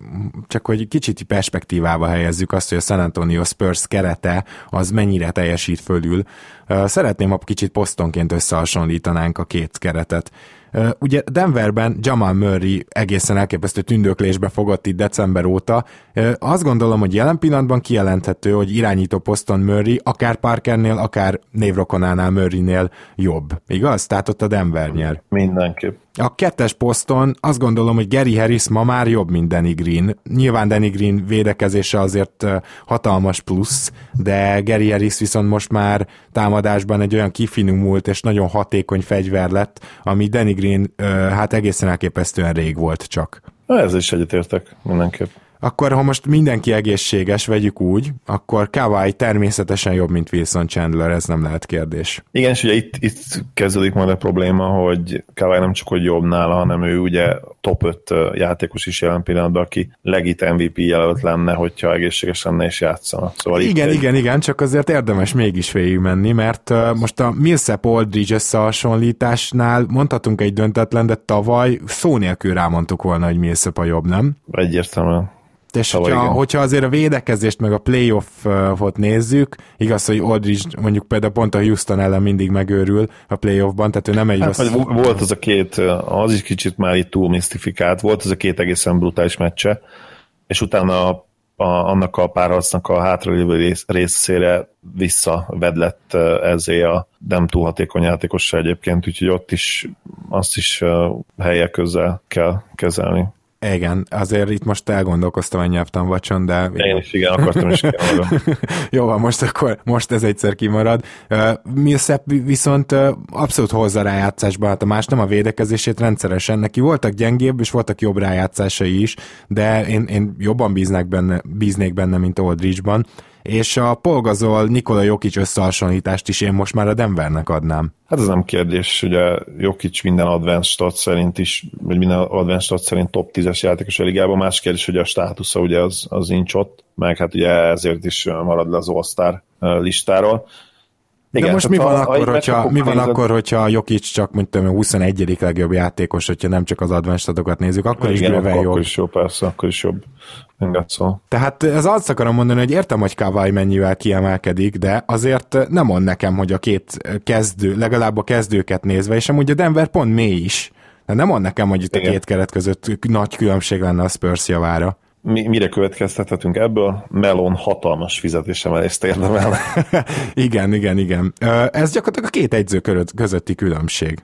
kicsit perspektívába helyezzük azt, hogy a San Antonio Spurs kerete az mennyire teljesít fölül. Szeretném, ha kicsit posztonként összehasonlítanánk a két keretet. Ugye Denverben Jamal Murray egészen elképesztő tündöklésbe fogott itt december óta. Azt gondolom, hogy jelen pillanatban kijelenthető, hogy irányító poszton Murray akár Parkernél, akár névrokonánál Murraynél jobb. Igaz? Tehát ott a Denver nyer. Mindenképp. A kettes poszton azt gondolom, hogy Gary Harris ma már jobb, mint Danny Green. Nyilván Danny Green védekezése azért hatalmas plusz, de Gary Harris viszont most már támadásban egy olyan kifinomult és nagyon hatékony fegyver lett, ami Danny Green hát egészen elképesztően rég volt csak. Ez is egyetértek mindenképp. Akkor, ha most mindenki egészséges, vegyük úgy, akkor Kawhi természetesen jobb, mint Wilson Chandler, ez nem lehet kérdés. Igen, és ugye itt kezdődik majd a probléma, hogy Kawhi nem csak hogy jobb nála, hanem ő ugye top 5 játékos is jelen pillanatban, aki legit MVP jelölt lenne, hogyha egészséges lenne és játszana. Szóval igen, csak azért érdemes mégis végigmenni, mert most a Millsap-Aldridge összehasonlításnál mondhatunk egy döntetlen, de tavaly szó nélkül rámondtuk volna, hogy Millsap a jobb, nem? Egyértelműen. És hogyha azért a védekezést meg a playoffot nézzük, igaz, hogy Aldridge mondjuk például pont a Houston ellen mindig megőrül a playoffban, tehát ő nem egy rossz... Volt az a két, az is kicsit már itt túl misztifikált, volt az a két egészen brutális meccse, és utána annak a párharcnak a hátralévő részére visszavedlett ezzé a nem túl hatékony játékossal egyébként, úgyhogy ott is azt is helyek közel kell kezelni. Igen, azért itt most elgondolkoztam a nyelvtanvacson, de... Én is igen, akartam is kimarad. Jó van, most ez egyszer kimarad. Millsap viszont abszolút hozza rájátszásban, hát a más nem a védekezését rendszeresen. Neki voltak gyengébb, és voltak jobb rájátszásai is, de én jobban bíznék benne, mint Aldridge-ban. És a Paul Gasol Nikola Jokic összehasonlítást is én most már a Denvernek adnám. Hát ez nem kérdés, ugye Jokic minden advanced stat szerint is, vagy minden advanced stat szerint top 10-es játékos a ligában, más kérdés, hogy a státusza ugye az nincs ott, meg hát ugye ezért is marad le az All-Star listáról. Igen, de most mi van akkor, hogyha Jokic csak mondtam, 21. legjobb játékos, hogyha nem csak az advanced statokat nézzük, akkor is bőven jobb. Akkor is jobb, persze, akkor is jobb. Tehát ez azt akarom mondani, hogy értem, hogy Kawhi mennyivel kiemelkedik, de azért nem mond nekem, hogy a két kezdő, legalább a kezdőket nézve, és amúgy a Denver pont mély is. De nem mond nekem, hogy itt a két keret között nagy különbség lenne a Spurs javára. Mire következtethetünk ebből? Melon hatalmas fizetésemelést érdemel. Igen. Ez gyakorlatilag a két edző közötti különbség.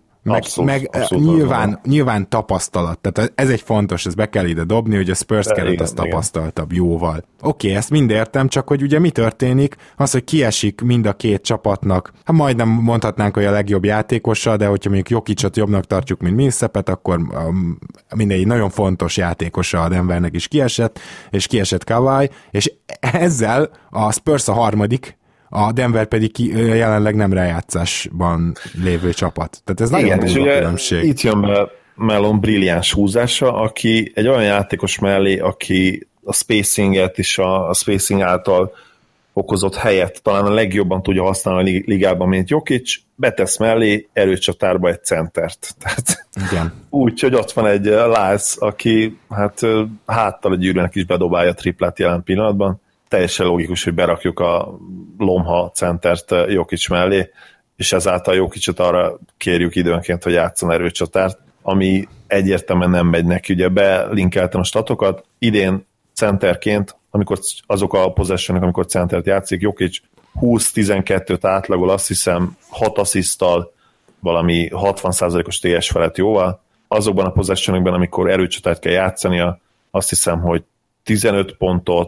Abszolút, nyilván tapasztalat, tehát ez egy fontos, ez be kell ide dobni, hogy a Spurs keret az tapasztaltabb jóval. Oké, ezt mind értem, csak hogy ugye mi történik, az, hogy kiesik mind a két csapatnak, hát majdnem mondhatnánk, hogy a legjobb játékossal, de hogyha mondjuk Jokicot jobbnak tartjuk, mint Millsapet, akkor mindegy nagyon fontos játékosa a Denvernek is kiesett, és kiesett Kawhi, és ezzel a Spurs a harmadik, a Denver pedig jelenleg nem rájátszásban lévő csapat. Tehát ez nagyon durva különbség. Itt jön be Melon brilliáns húzása, aki egy olyan játékos mellé, aki a spacinget és a spacing által okozott helyet talán a legjobban tudja használni a ligában, mint Jokic, betesz mellé erőcsatárba egy centert. Tehát úgy, hogy ott van egy Lyles, aki háttal a gyűrűnek is bedobálja triplát jelen pillanatban. Teljesen logikus, hogy berakjuk a lomha centert Jokic mellé, és ezáltal Jokicot arra kérjük időnként, hogy játszon erőcsatárt, ami egyértelműen nem megy neki. Ugye belinkeltem a statokat, idén centerként, amikor azok a possessionok, amikor centert játszik, Jokic 20-12-t átlagol, azt hiszem 6 assziszttal, valami 60%-os TS felett jóval. Azokban a possessionokban, amikor erőcsatárt kell játszania, azt hiszem, hogy 15 pontot,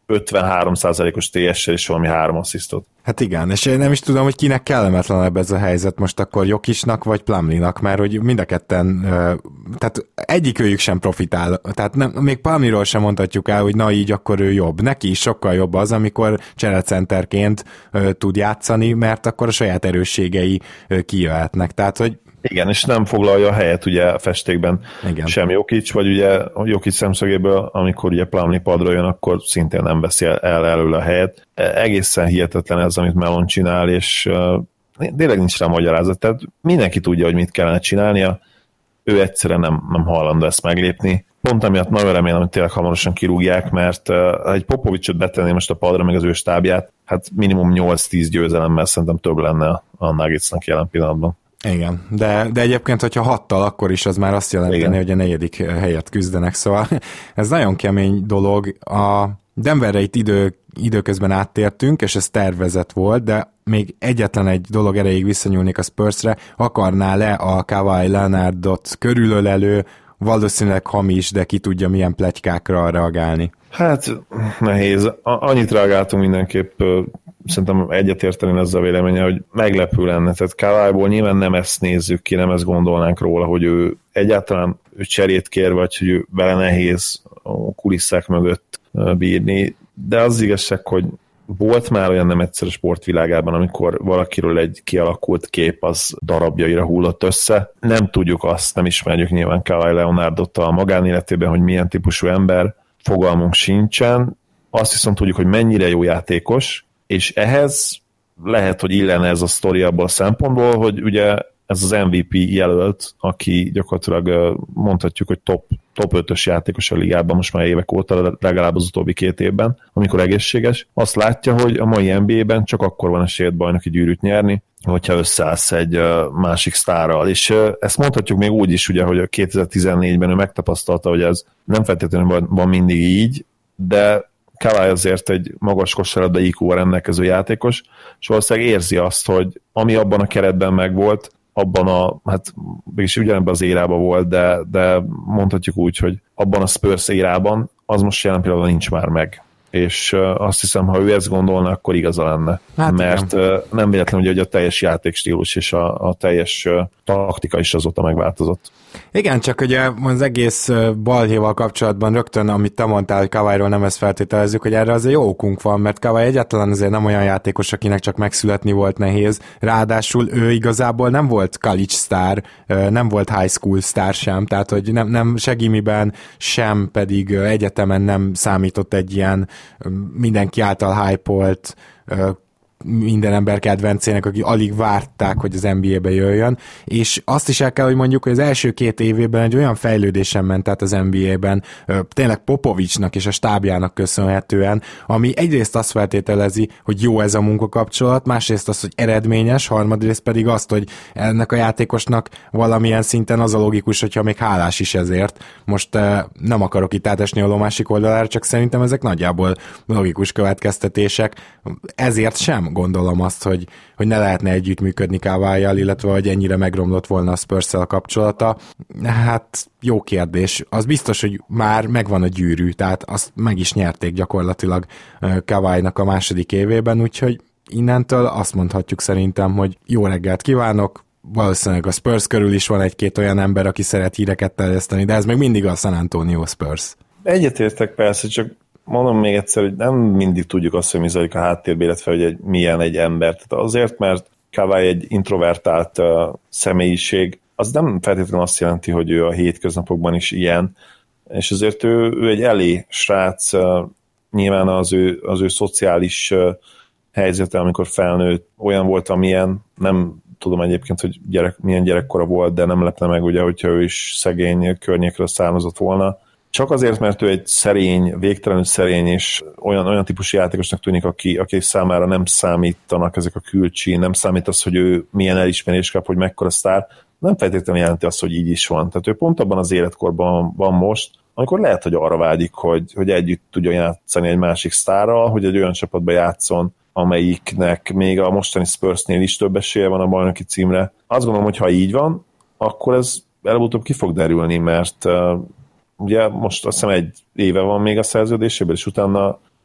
53%-os TS-sel és valami 3 asszisztot. Hát igen, és én nem is tudom, hogy kinek kellemetlenebb ez a helyzet most akkor Jokicnak vagy Plumlee-nak, mert hogy mind a ketten, tehát egyikőjük sem profitál, tehát nem, még Plumlee-ról sem mondhatjuk el, hogy na így akkor ő jobb. Neki is sokkal jobb az, amikor cserecenterként tud játszani, mert akkor a saját erősségei kijöhetnek, tehát hogy igen, és nem foglalja a helyet ugye a festékben igen. sem Jokic, vagy ugye a Jokic szemszögéből, amikor ugye Plumlee padra jön, akkor szintén nem veszi el előle a helyet. Egészen hihetetlen ez, amit Melon csinál, és tényleg nincs rá magyarázat, tehát mindenki tudja, hogy mit kellene csinálnia, ő egyszerűen nem hajlandó ezt meglépni. Pont amiatt nagyon remélem, hogy tényleg hamarosan kirúgják, mert ha egy Popovicsot betenné most a padra, meg az ő stábját, hát minimum 8-10 győzelemmel szerintem több lenne a Nuggetsnak jelen pillanatban. Igen, de egyébként, hogyha 6-tal, akkor is az már azt jelenteni, hogy a 4. helyet küzdenek, szóval ez nagyon kemény dolog. A Denverre itt időközben áttértünk, és ez tervezett volt, de még egyetlen egy dolog erejéig visszanyúlnék a Spursre, akarná-e a Kawhi Leonardot körülölelő, valószínűleg hamis, de ki tudja milyen pletykákra reagálni. Hát nehéz. Annyit reagáltunk mindenképp, szerintem egyetérteni ezzel a véleménye, hogy meglepő lenne. Tehát Kawhiból nyilván nem ezt nézzük ki, nem ezt gondolnánk róla, hogy ő egyáltalán cserét kér, vagy hogy ő vele nehéz a kulisszák mögött bírni. De az igazság, hogy volt már olyan nem egyszer a sportvilágában, amikor valakiről egy kialakult kép az darabjaira hullott össze. Nem tudjuk azt, nem ismerjük nyilván Kawhi Leonardot a magánéletében, hogy milyen típusú ember, fogalmunk sincsen. Azt viszont tudjuk, hogy mennyire jó játékos, és ehhez lehet, hogy illene ez a sztori abból a szempontból, hogy ugye ez az MVP jelölt, aki gyakorlatilag mondhatjuk, hogy top 5-ös játékos a ligában most már évek óta, legalább az utóbbi 2 évben, amikor egészséges. Azt látja, hogy a mai NBA-ben csak akkor van esélyed bajnoki gyűrűt nyerni, hogyha összeállsz egy másik sztárral. És ezt mondhatjuk még úgy is, ugye, hogy 2014-ben ő megtapasztalta, hogy ez nem feltétlenül van mindig így, de Kawhi azért egy magas kosárlabda IQ-val rendelkező játékos, és valószínűleg érzi azt, hogy ami abban a keretben megvolt, abban hát mégis ugyanebben az érában volt, de mondhatjuk úgy, hogy abban a Spurs érában az most jelen pillanatban nincs már meg. És azt hiszem, ha ő ezt gondolna, akkor igaza lenne. Hát mert nem véletlenül, hogy a teljes játékstílus és a teljes taktika is azóta megváltozott. Igen, csak ugye az egész balhéval kapcsolatban rögtön, amit te mondtál, hogy Kawhiról nem ezt feltételezzük, hogy erre azért jó okunk van, mert Kawhi egyáltalán azért nem olyan játékos, akinek csak megszületni volt nehéz. Ráadásul ő igazából nem volt college sztár, nem volt high school sztár sem, tehát hogy nem se gimiben, sem pedig egyetemen nem számított egy ilyen mindenki által hype-olt minden ember kedvencének, akik alig várták, hogy az NBA-be jöjjön, és azt is el kell, hogy mondjuk, hogy az első 2 évében egy olyan fejlődésen ment át az NBA-ben, tényleg Popovicsnak és a stábjának köszönhetően, ami egyrészt azt feltételezi, hogy jó ez a munkakapcsolat, másrészt az, hogy eredményes, harmadrészt pedig azt, hogy ennek a játékosnak valamilyen szinten az a logikus, hogyha még hálás is ezért. Most nem akarok itt átesni a másik oldalára, csak szerintem ezek nagyjából logikus következtetések. Ezért sem gondolom azt, hogy ne lehetne együttműködni Kawhijjal, illetve hogy ennyire megromlott volna a Spurs-szel a kapcsolata. Hát jó kérdés. Az biztos, hogy már megvan a gyűrű, tehát azt meg is nyerték gyakorlatilag Kawhinak a második évében, úgyhogy innentől azt mondhatjuk szerintem, hogy jó reggelt kívánok, valószínűleg a Spurs körül is van egy-két olyan ember, aki szeret híreket terjeszteni, de ez még mindig a San Antonio Spurs. Egyetértek persze, csak mondom még egyszer, hogy nem mindig tudjuk azt, hogy mi zajlik a háttérben, illetve hogy milyen egy ember. Tehát azért, mert Kawhi egy introvertált személyiség, az nem feltétlenül azt jelenti, hogy ő a hétköznapokban is ilyen, és azért ő egy elé srác, nyilván az ő szociális helyzete, amikor felnőtt, olyan volt, amilyen, nem tudom egyébként, hogy milyen gyerekkora volt, de nem lepne meg, ugye, hogyha ő is szegény környékről származott volna. Csak azért, mert ő egy szerény, végtelenül szerény, és olyan típusú játékosnak tűnik, aki számára nem számítanak ezek a külcsi, nem számít az, hogy ő milyen elismerést kap, hogy mekkora sztár, nem feltétlenül jelenti azt, hogy így is van. Tehát ő pont abban az életkorban van most, amikor lehet, hogy arra vágyik, hogy együtt tudjon játszani egy másik sztárral, hogy egy olyan csapatba játszon, amelyiknek még a mostani Spursnél is több esélye van a bajnoki címre. Azt gondolom, hogy ha így van, akkor ez előbb-utóbb ki fog derülni, mert ugye most azt hiszem 1 éve van még a szerződésében, és utána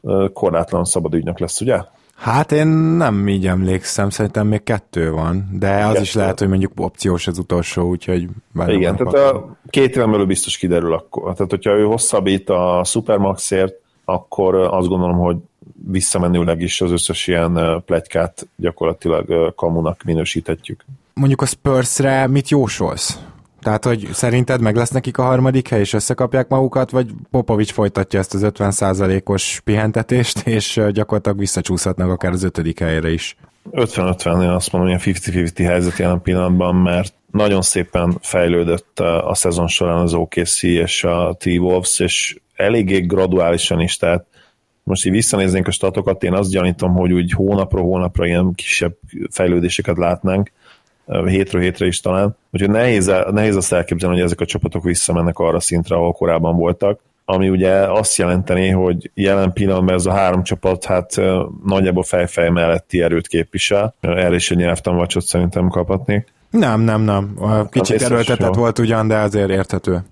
korlátlan szabad ügynök lesz, ugye? Hát én nem így emlékszem, szerintem még 2 van, de az 2. is lehet, hogy mondjuk opciós az utolsó, úgyhogy... Igen, tehát a 2 éven belül biztos kiderül akkor. Tehát, hogyha ő hosszabbít a Supermaxért, akkor azt gondolom, hogy visszamenőleg is az összes ilyen pletykát gyakorlatilag kamunak minősíthetjük. Mondjuk a Spursre mit jósolsz? Tehát, hogy szerinted meg lesz nekik a 3. hely, és összekapják magukat, vagy Popovics folytatja ezt az 50%-os pihentetést, és gyakorlatilag visszacsúszhatnak akár az 5. helyre is? 50-50, én azt mondom, hogy a 50-50 helyzet jelen pillanatban, mert nagyon szépen fejlődött a szezon során az OKC és a T-Wolves, és eléggé graduálisan is, tehát most így visszanéznénk a statokat, én azt gyanítom, hogy úgy hónapról hónapra ilyen kisebb fejlődéseket látnánk, hétről hétre is talán. Úgyhogy nehéz azt elképzelni, hogy ezek a csapatok visszamennek arra szintre, ahol korábban voltak, ami ugye azt jelenteni, hogy jelen pillanatban ez a 3 csapat hát nagyjából fejfej melletti erőt képvisel. Erre is egy nyelvtanvacsot szerintem kaphatnék. Nem. Kicsit erőltetett volt ugyan, de azért érthető.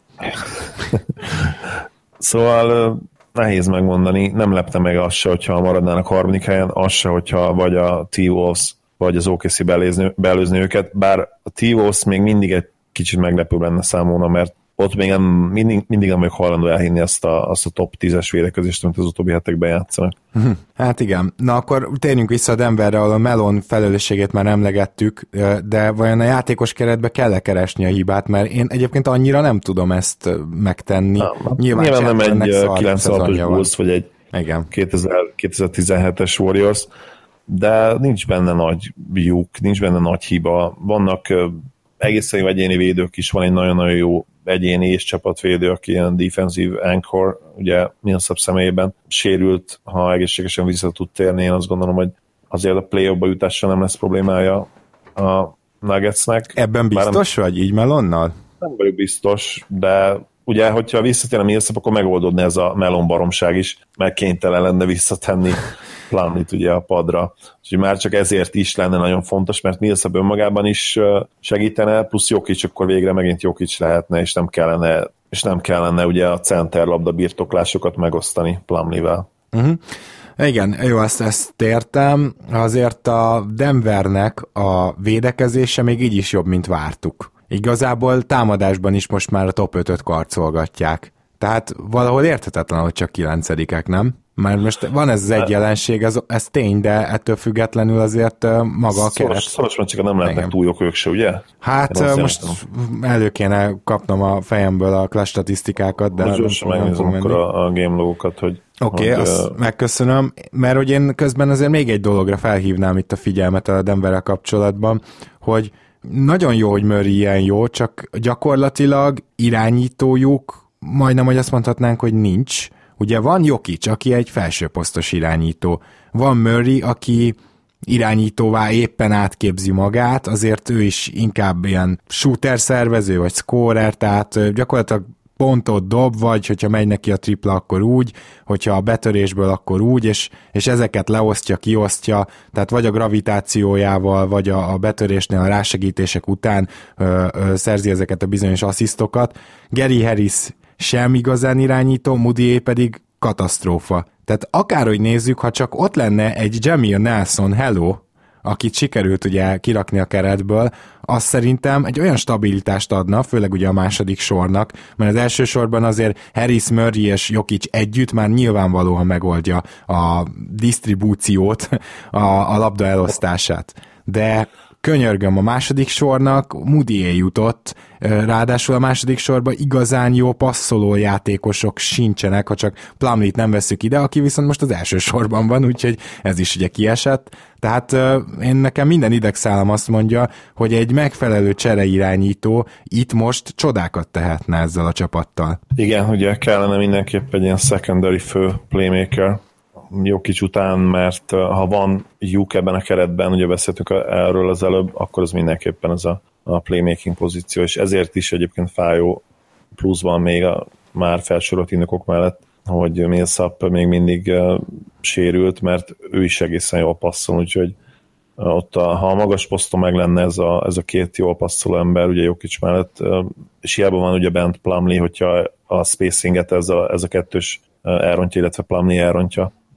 Szóval nehéz megmondani, nem lepne meg az se, hogyha maradnának 3. helyen, az se, hogyha vagy a T-Wolves vagy az OKC beelőzni őket, bár a T-Wolves még mindig egy kicsit meglepőbb lenne számomra, mert ott még mindig nem vagyok hajlandó elhinni azt a top 10-es védekezést, amit az utóbbi hetekben játszanak. Hát igen. Na akkor térjünk vissza a Denverre, ahol a Melon felelősségét már emlegettük, de vajon a játékos keretbe kell keresni a hibát, mert én egyébként annyira nem tudom ezt megtenni. Nyilván nem egy 96-os Bulls, vagy egy 2017-es Warriors, de nincs benne nagy lyuk, nincs benne nagy hiba. Vannak egészen jó egyéni védők is, van egy nagyon-nagyon jó egyéni és csapatvédő, aki ilyen defensive anchor, ugye Millsap személyében sérült, ha egészségesen vissza tud térni, én azt gondolom, hogy azért a play-offba jutásra nem lesz problémája a Nuggetsnek. Ebben biztos vagy, így Melonnal? Nem vagyok biztos, de ugye, hogyha visszatér a Millsap, akkor megoldódna ez a Melon baromság is, mert kénytelen lenne visszatenni Plumlee-t ugye a padra. Úgyhogy már csak ezért is lenne nagyon fontos, mert Millsap önmagában is segítene, plusz Jokic akkor végre megint Jokic lehetne, és nem kellene ugye a center labda birtoklásokat megosztani Plumlee-vel. Igen, jó, ezt értem. Azért a Denvernek a védekezése még így is jobb, mint vártuk. Igazából támadásban is most már a top 5-öt karcolgatják. Tehát valahol érthetetlen, hogy csak 9-ek, nem? Mert most van ez az egy jelenség, ez tény, de ettől függetlenül azért maga a keret. Szoros meccseket nem lehetnek túl jók ők se, ugye? Hát most elő kéne kapnom a fejemből a clash statisztikákat, de most megnézem akkor a game logokat, hogy... Oké, azt megköszönöm, mert hogy én közben azért még egy dologra felhívnám itt a figyelmet a Denverrel kapcsolatban, hogy nagyon jó, hogy Murray ilyen jó, csak gyakorlatilag irányítójuk, majdnem, hogy azt mondhatnánk, hogy nincs. Ugye van Jokic, aki egy felsőposztos irányító. Van Murray, aki irányítóvá éppen átképzi magát, azért ő is inkább ilyen shooter szervező, vagy scorer, tehát gyakorlatilag pontot dob, vagy hogyha megy neki a tripla, akkor úgy, hogyha a betörésből, akkor úgy, és ezeket leosztja, kiosztja, tehát vagy a gravitációjával, vagy a betörésnél a rásegítések után szerzi ezeket a bizonyos asszisztokat. Gary Harris sem igazán irányító, Moody pedig katasztrófa. Tehát akárhogy nézzük, ha csak ott lenne egy Jameer Nelson, akit sikerült ugye kirakni a keretből, az szerintem egy olyan stabilitást adna, főleg ugye a második sornak, mert az első sorban azért Harris, Murray és Jokic együtt már nyilvánvalóan megoldja a disztribúciót, a labda elosztását. De könyörgöm, a második sornak Moody jutott, ráadásul a második sorban igazán jó passzoló játékosok sincsenek, ha csak Plumlee-t nem veszük ide, aki viszont most az első sorban van, úgyhogy ez is ugye kiesett. Tehát nekem minden idegszálam azt mondja, hogy egy megfelelő csereirányító itt most csodákat tehetne ezzel a csapattal. Igen, ugye kellene mindenképp egy ilyen secondary fő playmaker, Jokic után, mert ha van lyuk ebben a keretben, ugye beszéltünk erről az előbb, akkor az mindenképpen ez a playmaking pozíció, és ezért is egyébként fájó pluszban még a már felsorolt indokok mellett, hogy Millsap még mindig sérült, mert ő is egészen jól passzol, úgyhogy ott ha a magas poszton meg lenne ez a két jól passzoló ember, ugye Jokic mellett, és hiába van ugye bent Plumlee, hogyha a spacinget ez a kettős elrontja, illetve Plumlee elrontja,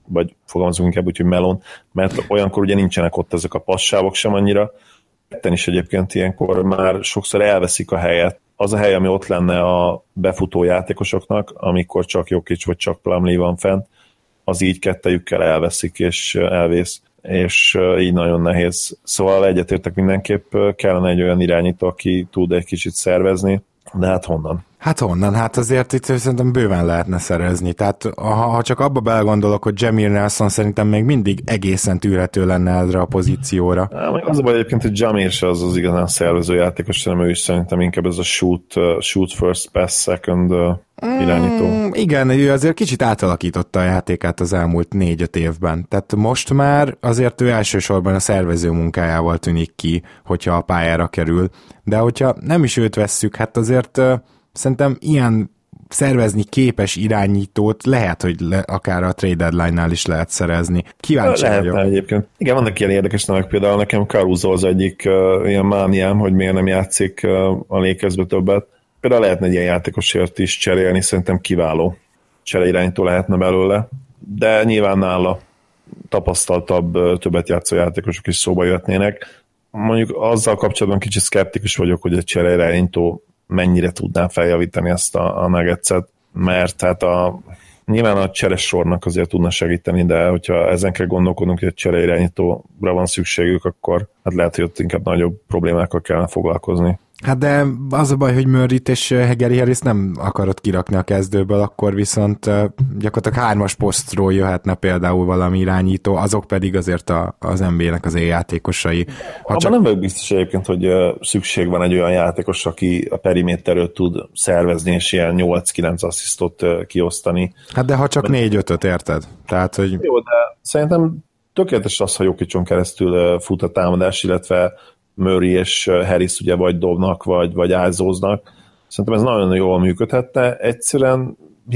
vagy fogalmazunk inkább úgy, hogy melon, mert olyankor ugye nincsenek ott ezek a passávok sem annyira. Ketten is egyébként ilyenkor már sokszor elveszik a helyet. Az a hely, ami ott lenne a befutó játékosoknak, amikor csak Jokic vagy csak Plumlee van fent, az így kettejükkel elveszik és elvész, és így nagyon nehéz. Szóval egyetértek mindenképp, kellene egy olyan irányító, aki tud egy kicsit szervezni, de hát honnan? Hát honnan? Hát azért itt szerintem bőven lehetne szerezni. Tehát ha csak abba belegondolok, hogy Jameer Nelson szerintem még mindig egészen tűrhető lenne erre a pozícióra. Az a baj egyébként, hogy Jameer se az igazán szervező játékos, hanem ő is szerintem inkább ez a shoot first, pass second irányító. Igen, ő azért kicsit átalakította a játékát az elmúlt 4-5 évben. Tehát most már azért ő elsősorban a szervező munkájával tűnik ki, hogyha a pályára kerül. De hogyha nem is őt vesszük, hát azért szerintem ilyen szervezni képes irányítót lehet, hogy akár a trade deadline-nál is lehet szerezni. Kíváncsi vagyok. Egyébként. Igen, vannak ilyen érdekes nevek, például nekem Caruso az egyik ilyen mániám, hogy miért nem játszik a Lakersbe többet. Például lehetne egy ilyen játékosért is cserélni, szerintem kiváló csereirányító lehetne belőle, de nyilván nála tapasztaltabb, többet játszó játékosok is szóba jöhetnének. Mondjuk azzal kapcsolatban kicsit szkeptikus vagyok, hogy egy csereirányító mennyire tudná feljavítani ezt a Nuggets-et, mert hát nyilván a cseres sornak azért tudna segíteni, de hogyha ezen kell gondolkodnunk, hogy egy csereirányítóra van szükségük, akkor hát lehet, hogy ott inkább nagyobb problémákkal kellene foglalkozni. Hát de az a baj, hogy Murrayt és Gary Harris nem akarod kirakni a kezdőből, akkor viszont gyakorlatilag 3-as posztról jöhetne például valami irányító, azok pedig azért az NBA-nek az játékosai. Abban nem vagyok biztos egyébként, hogy szükség van egy olyan játékos, aki a periméterről tud szervezni, és ilyen 8-9 asszisztot kiosztani. Hát de ha csak 4-5-öt érted? Tehát, hogy... Jó, de szerintem tökéletes az, ha Jokicson keresztül fut a támadás, illetve Murray és Harris ugye vagy dobnak, vagy ázóznak. Szerintem ez nagyon jól működhetne. Egyszerűen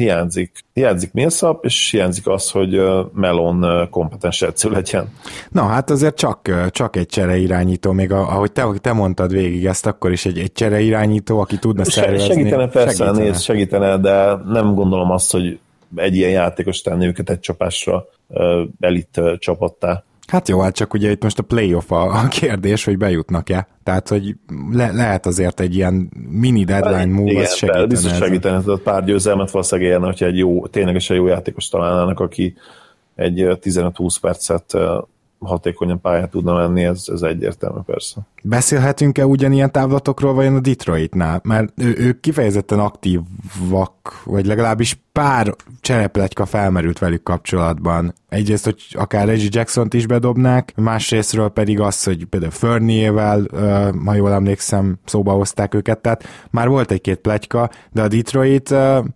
hiányzik Millsap, és hiányzik az, hogy Melon kompetens edző legyen. Na, hát azért csak egy csereirányító, még ahogy te mondtad végig ezt, akkor is egy csereirányító, aki tudna szervezni. Segítene, persze, segítene, de nem gondolom azt, hogy egy ilyen játékos tenni őket egy csapásra elit csapattá. Hát jó, hát csak ugye itt most a playoff a kérdés, hogy bejutnak-e. Tehát, hogy lehet azért egy ilyen mini deadline move, az segítene. Biztos segítene, tehát pár győzelmet valószínűleg érne, hogyha egy ténylegesen jó játékos találnának, aki egy 15-20 percet hatékonyan pályát tudna menni, ez egyértelmű persze. Beszélhetünk-e ugyanilyen távlatokról vajon a Detroitnál? Mert ők kifejezetten aktívak, vagy legalábbis pár cserepletyka felmerült velük kapcsolatban. Egyrészt, hogy akár Reggie Jacksont is bedobnák, másrésztről pedig az, hogy például Fournier-vel, ha jól emlékszem, szóba hozták őket, tehát már volt egy-két pletyka, de a Detroit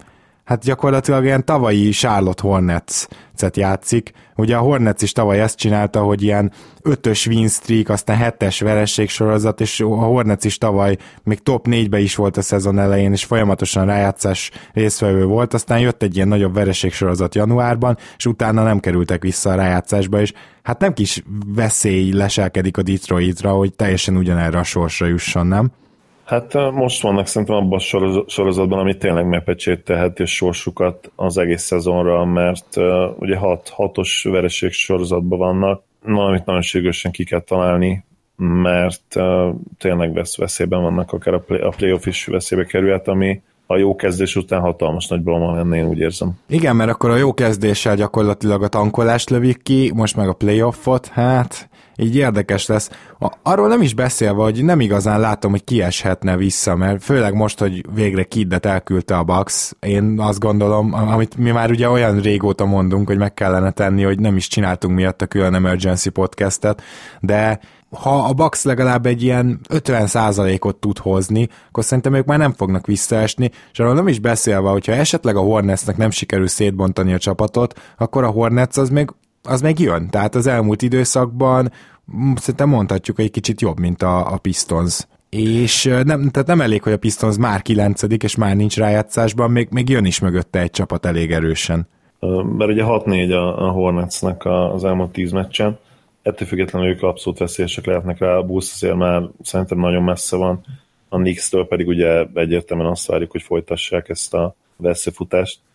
hát gyakorlatilag ilyen tavalyi Charlotte Hornets-et játszik. Ugye a Hornets is tavaly ezt csinálta, hogy ilyen 5-ös win streak, aztán 7-es vereségsorozat, és a Hornets is tavaly még top 4-be is volt a szezon elején, és folyamatosan rájátszás résztvevő volt, aztán jött egy ilyen nagyobb vereségsorozat januárban, és utána nem kerültek vissza a rájátszásba, és hát nem kis veszély leselkedik a Detroitra, hogy teljesen ugyanerre a sorsra jusson, nem? Hát most vannak szerintem abban a sorozatban, ami tényleg megpecsételheti a sorsukat az egész szezonra, mert ugye 6-os vereség sorozatban vannak, valamit nagyon sürgősen ki kell találni, mert tényleg veszélyben vannak, akár a playoff is veszélybe kerülhet, ami a jó kezdés után hatalmas nagy blama lenne, én úgy érzem. Igen, mert akkor a jó kezdéssel gyakorlatilag a tankolást lövik ki, most meg a playoffot, hát így érdekes lesz. Arról nem is beszélve, hogy nem igazán látom, hogy kieshetne vissza, mert főleg most, hogy végre Kiddet elküldte a Bucks, én azt gondolom, amit mi már ugye olyan régóta mondunk, hogy meg kellene tenni, hogy nem is csináltunk miatt a külön emergency podcastet, de ha a Bucks legalább egy ilyen 50%-ot tud hozni, akkor szerintem ők már nem fognak visszaesni, és arról nem is beszélve, hogyha esetleg a Hornetsnek nem sikerül szétbontani a csapatot, akkor a Hornets az még jön. Tehát az elmúlt időszakban szerintem mondhatjuk, hogy egy kicsit jobb, mint a Pistons. És tehát nem elég, hogy a Pistons már 9. és már nincs rájátszásban, még jön is mögötte egy csapat elég erősen. Mert ugye 6-4 a Hornetsnek az elmúlt 10 meccsen, ettől függetlenül ők abszolút veszélyesek lehetnek rá, a Bulls azért már szerintem nagyon messze van, a Knicks-től pedig ugye egyértelműen azt várjuk, hogy folytassák ezt a veszélyfutást.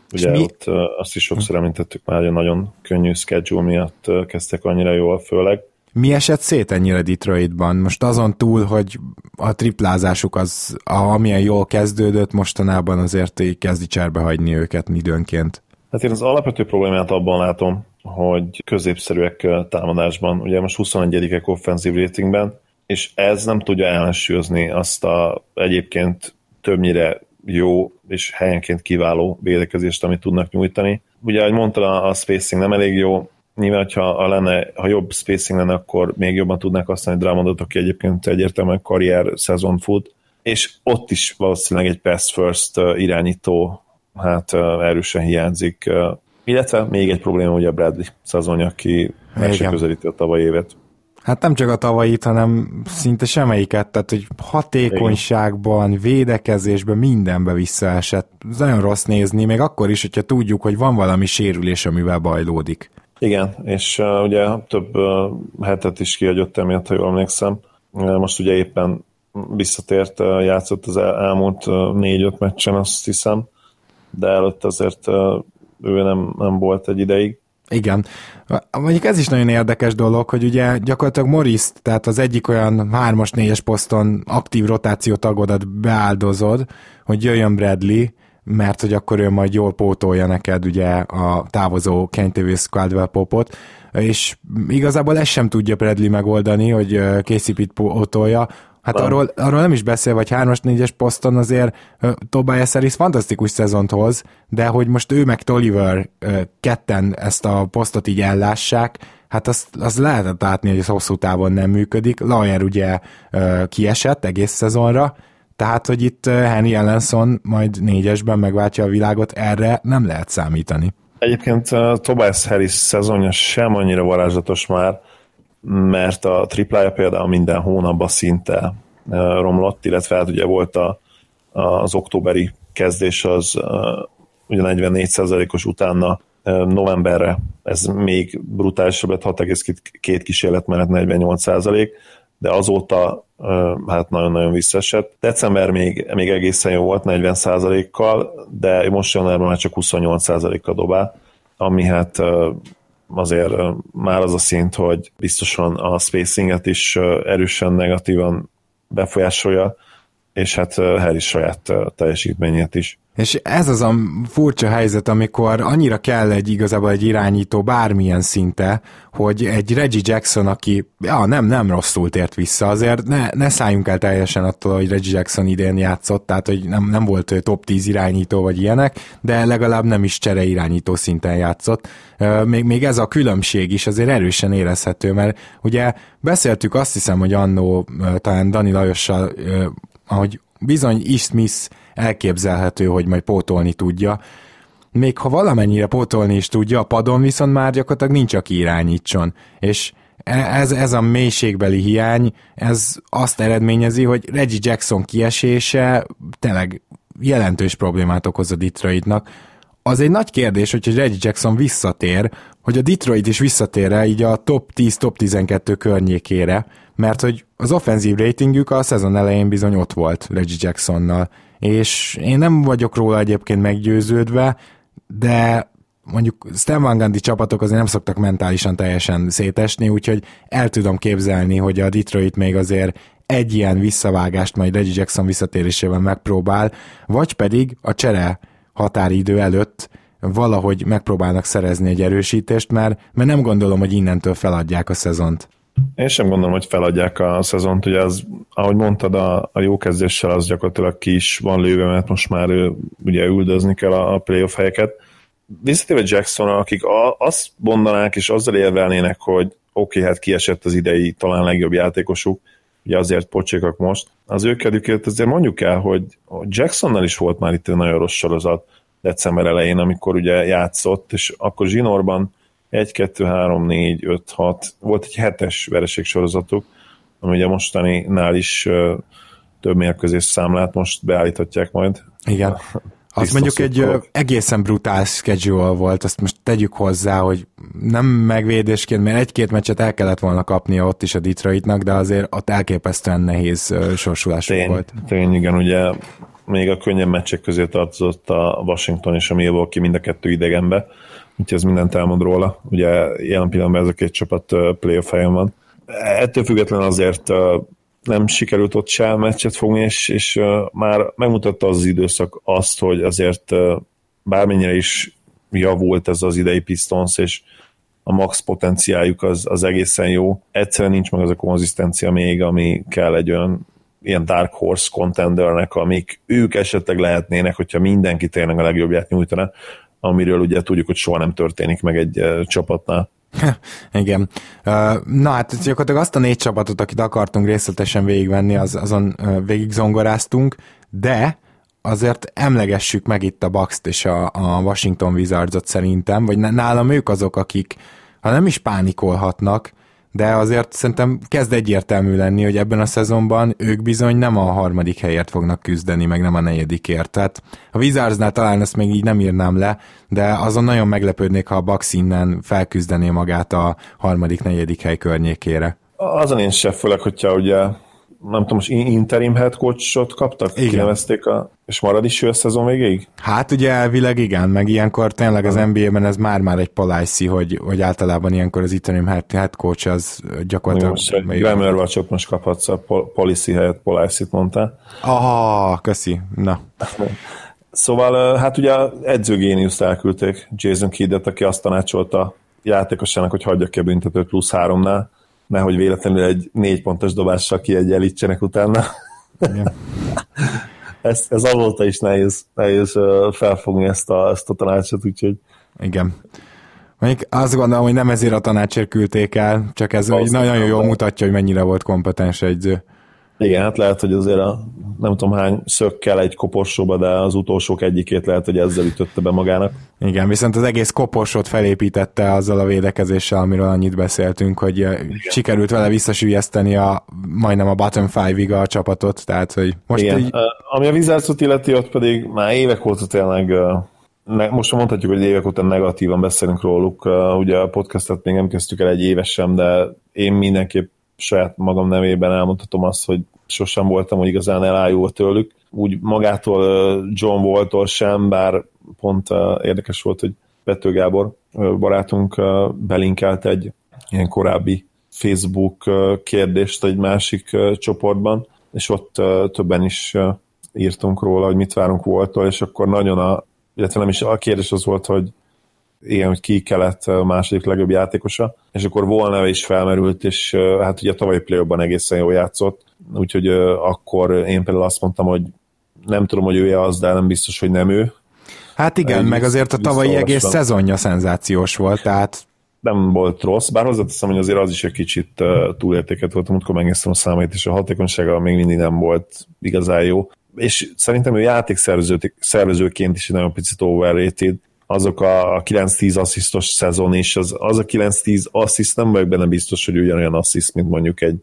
Ugye ott azt is sokszor említettük már, hogy nagyon könnyű schedule miatt kezdtek annyira jól főleg. Mi esett szét ennyire Detroitban? Most azon túl, hogy a triplázásuk az, amilyen jól kezdődött, mostanában azért így kezdi cserbe hagyni őket időnként. Hát én az alapvető problémát abban látom, hogy középszerűek támadásban, ugye most 21-ek offenzív ratingben, és ez nem tudja ellensúlyozni azt a egyébként többnyire jó és helyenként kiváló védekezést, amit tudnak nyújtani. Ugye, ahogy mondtad, a spacing nem elég jó, nyilván, ha jobb spacing lenne, akkor még jobban tudnák használni Drummondot, aki egyébként egyértelműen karrier szezon fut, és ott is valószínűleg egy pass first irányító hát erősen hiányzik, illetve még egy probléma ugye a Bradley szezonja, aki meg se közelíti a tavalyi évet. Hát nem csak a tavalyit, hanem szinte semmelyiket, tehát hogy hatékonyságban, védekezésben, mindenbe visszaesett. Ez nagyon rossz nézni, még akkor is, hogyha tudjuk, hogy van valami sérülés, amivel bajlódik. Igen, és ugye több hetet is kihagyott emiatt, ha jól emlékszem. Most ugye éppen visszatért, játszott az elmúlt 4-5 meccsen, azt hiszem, de előtt azért ő nem volt egy ideig. Igen. Mondjuk ez is nagyon érdekes dolog, hogy ugye gyakorlatilag Morris, tehát az egyik olyan 3-as, 4-es poszton aktív rotációtagodat beáldozod, hogy jöjjön Bradley, mert hogy akkor ő majd jól pótolja neked ugye a távozó Kentavious Caldwell-Popot, és igazából ezt sem tudja Bradley megoldani, hogy KCP-t pótolja. Hát arról nem is beszél, vagy 3-as, 4-es poszton azért Tobias Harris fantasztikus szezont hoz, de hogy most ő meg Tolliver ketten ezt a posztot így ellássák, hát az lehetett látni, hogy ez hosszú távon nem működik. Lawyer ugye kiesett egész szezonra, tehát, hogy itt Henry Ellenson majd 4-esben megváltja a világot, erre nem lehet számítani. Egyébként Tobias Harris szezonja sem annyira varázslatos már, mert a triplája például minden hónapban szinte romlott, illetve hát ugye volt az októberi kezdés, az ugye 44%-os, utána novemberre ez még brutálisabb lett, 6,2 kísérlet mellett 48%, de azóta hát nagyon-nagyon visszaesett. December még egészen jó volt 40%-kal, de most januárban már csak 28%-kal dobál, ami hát azért már az a szint, hogy biztosan a spacinget is erősen negatívan befolyásolja, és hát Harris saját teljesítményét is. És ez az a furcsa helyzet, amikor annyira kell igazából egy irányító bármilyen szinte, hogy egy Reggie Jackson, aki nem rosszul tért vissza, azért ne szálljunk el teljesen attól, hogy Reggie Jackson idén játszott, tehát hogy nem volt top 10 irányító vagy ilyenek, de legalább nem is csere irányító szinten játszott. Még ez a különbség is azért erősen érezhető, mert ugye beszéltük, azt hiszem, hogy annó talán Dani Lajossal, ahogy bizony Smith elképzelhető, hogy majd pótolni tudja. Még ha valamennyire pótolni is tudja, a padon viszont már gyakorlatilag nincs, aki irányítson. És ez a mélységbeli hiány, ez azt eredményezi, hogy Reggie Jackson kiesése tényleg jelentős problémát okoz a Detroitnak. Az egy nagy kérdés, hogy Reggie Jackson visszatér, hogy a Detroit is visszatér-e így a top 10, top 12 környékére, mert hogy az offenzív ratingjük a szezon elején bizony ott volt Reggie Jacksonnal, és én nem vagyok róla egyébként meggyőződve, de mondjuk Stan Van Gundy csapatok azért nem szoktak mentálisan teljesen szétesni, úgyhogy el tudom képzelni, hogy a Detroit még azért egy ilyen visszavágást majd Reggie Jackson visszatérésével megpróbál, vagy pedig a csere határidő előtt valahogy megpróbálnak szerezni egy erősítést, mert nem gondolom, hogy innentől feladják a szezont. Én sem gondolom, hogy feladják a szezont, ugye az, ahogy mondtad, a jó kezdéssel az gyakorlatilag ki is van lőve, mert most már ugye üldözni kell a playoff helyeket. Visszatérve Jacksonra, akik azt mondanák és azzal érvelnének, hogy oké, hát kiesett az idei talán legjobb játékosuk, ugye azért pocsékak most, az őkedükért azért mondjuk el, hogy Jacksonnal is volt már itt egy nagyon rossz sorozat december elején, amikor ugye játszott, és akkor zsinórban 1, 2, 3, 4, 5, 6, volt egy 7-es vereségsorozatuk, ami ugye mostaninál is több mérkőzés számlát most beállíthatják majd. Igen. Az mondjuk egy egészen brutál schedule volt, azt most tegyük hozzá, hogy nem megvédésként, mert 1-2 meccset el kellett volna kapnia ott is a Detroitnak, de azért ott elképesztően nehéz sorsulásuk volt. Tény, igen, ugye még a könnyebb meccsek közé tartozott a Washington és a Milwaukee, mind a kettő idegenbe, úgyhogy ez mindent elmond róla. Ugye jelen pillanatban ez a két csapat playoff helyen van. Ettől függetlenül azért nem sikerült ott sem meccset fogni, és már megmutatta az időszak azt, hogy azért bármennyire is javult ez az idei Pistons, és a max potenciáljuk az egészen jó. Egyszerűen nincs meg az a konzisztencia még, ami kell egy olyan ilyen Dark Horse contendernek, amik ők esetleg lehetnének, hogyha mindenki tényleg a legjobbját nyújtana, amiről ugye tudjuk, hogy soha nem történik meg egy csapatnál. Igen. Na hát gyakorlatilag azt a 4 csapatot, akit akartunk részletesen végigvenni, azon végig zongoráztunk, de azért emlegessük meg itt a Bucks-t és a Washington Wizards-ot szerintem, vagy nálam ők azok, akik ha nem is pánikolhatnak, de azért szerintem kezd egyértelmű lenni, hogy ebben a szezonban ők bizony nem a 3. helyért fognak küzdeni, meg nem a 4. Tehát a Wizardsnál talán ezt még így nem írnám le, de azon nagyon meglepődnék, ha a Bucks innen felküzdené magát a 3., 4. hely környékére. Azon én sem, főleg, hogyha ugye nem tudom, most interim head coachot kaptak? Igen. Kinevezték és marad is ő a szezon végéig? Hát ugye elvileg igen, meg ilyenkor tényleg az NBA-ben ez már egy policy, hogy általában ilyenkor az interim head coach az gyakorlatilag... Grammar Watchot most kaphatsz a policy helyett policy-t mondtál. Aha, köszi, na. Szóval hát ugye edzőgéniuszt elküldték, Jason Kiddet, aki azt tanácsolta játékosának, hogy hagyja ki a büntetőt +3-nál, nehogy véletlenül egy 4 pontos dobással kiegyenlítsenek utána. ez azóta is nehéz felfogni ezt a tanácsot, úgyhogy... Igen. Mondjuk azt gondolom, hogy nem ezért a tanácsért küldték el, csak ez nagyon jól mutatja, hogy mennyire volt kompetens edző. Igen, hát lehet, hogy azért nem tudom hány szökkel egy koporsóba, de az utolsók egyikét lehet, hogy ezzel ütötte be magának. Igen, viszont az egész koporsót felépítette azzal a védekezéssel, amiről annyit beszéltünk, hogy sikerült vele visszasüllyeszteni majdnem a bottom 5-ig a csapatot, tehát hogy most igen. így... Ami a Wizardsot illeti, ott pedig már évek óta tényleg, most mondhatjuk, hogy évek után negatívan beszélünk róluk, ugye a podcastet még nem kezdtük el egy éves sem, de én mindenképp saját magam nevében elmondhatom azt, hogy sosem voltam, hogy igazán elájul tőlük. Úgy magától John Wall-tól sem, bár pont érdekes volt, hogy Pető Gábor barátunk belinkelt egy ilyen korábbi Facebook kérdést egy másik csoportban, és ott többen is írtunk róla, hogy mit várunk Wall-tól, és akkor nagyon illetve nem is a kérdés az volt, hogy igen, hogy ki kellett a második legjobb játékosa, és akkor Wall neve is felmerült, és hát ugye a tavalyi play-offban egészen jól játszott, úgyhogy akkor én például azt mondtam, hogy nem tudom, hogy ő az, de nem biztos, hogy nem ő. Hát igen, meg azért a tavalyi egész szezonja szenzációs volt, tehát nem volt rossz, bár hozzáteszem, hogy azért az is egy kicsit túlértéket volt, amikor megnéztem a számait, és a hatékonysága még mindig nem volt igazán jó. És szerintem ő játékszervezőként is egy nagyon picit overrated. Azok a 9-10 asszisztos szezon is, az a 9-10 assziszt nem vagyok benne biztos, hogy ugyanolyan assziszt, mint mondjuk egy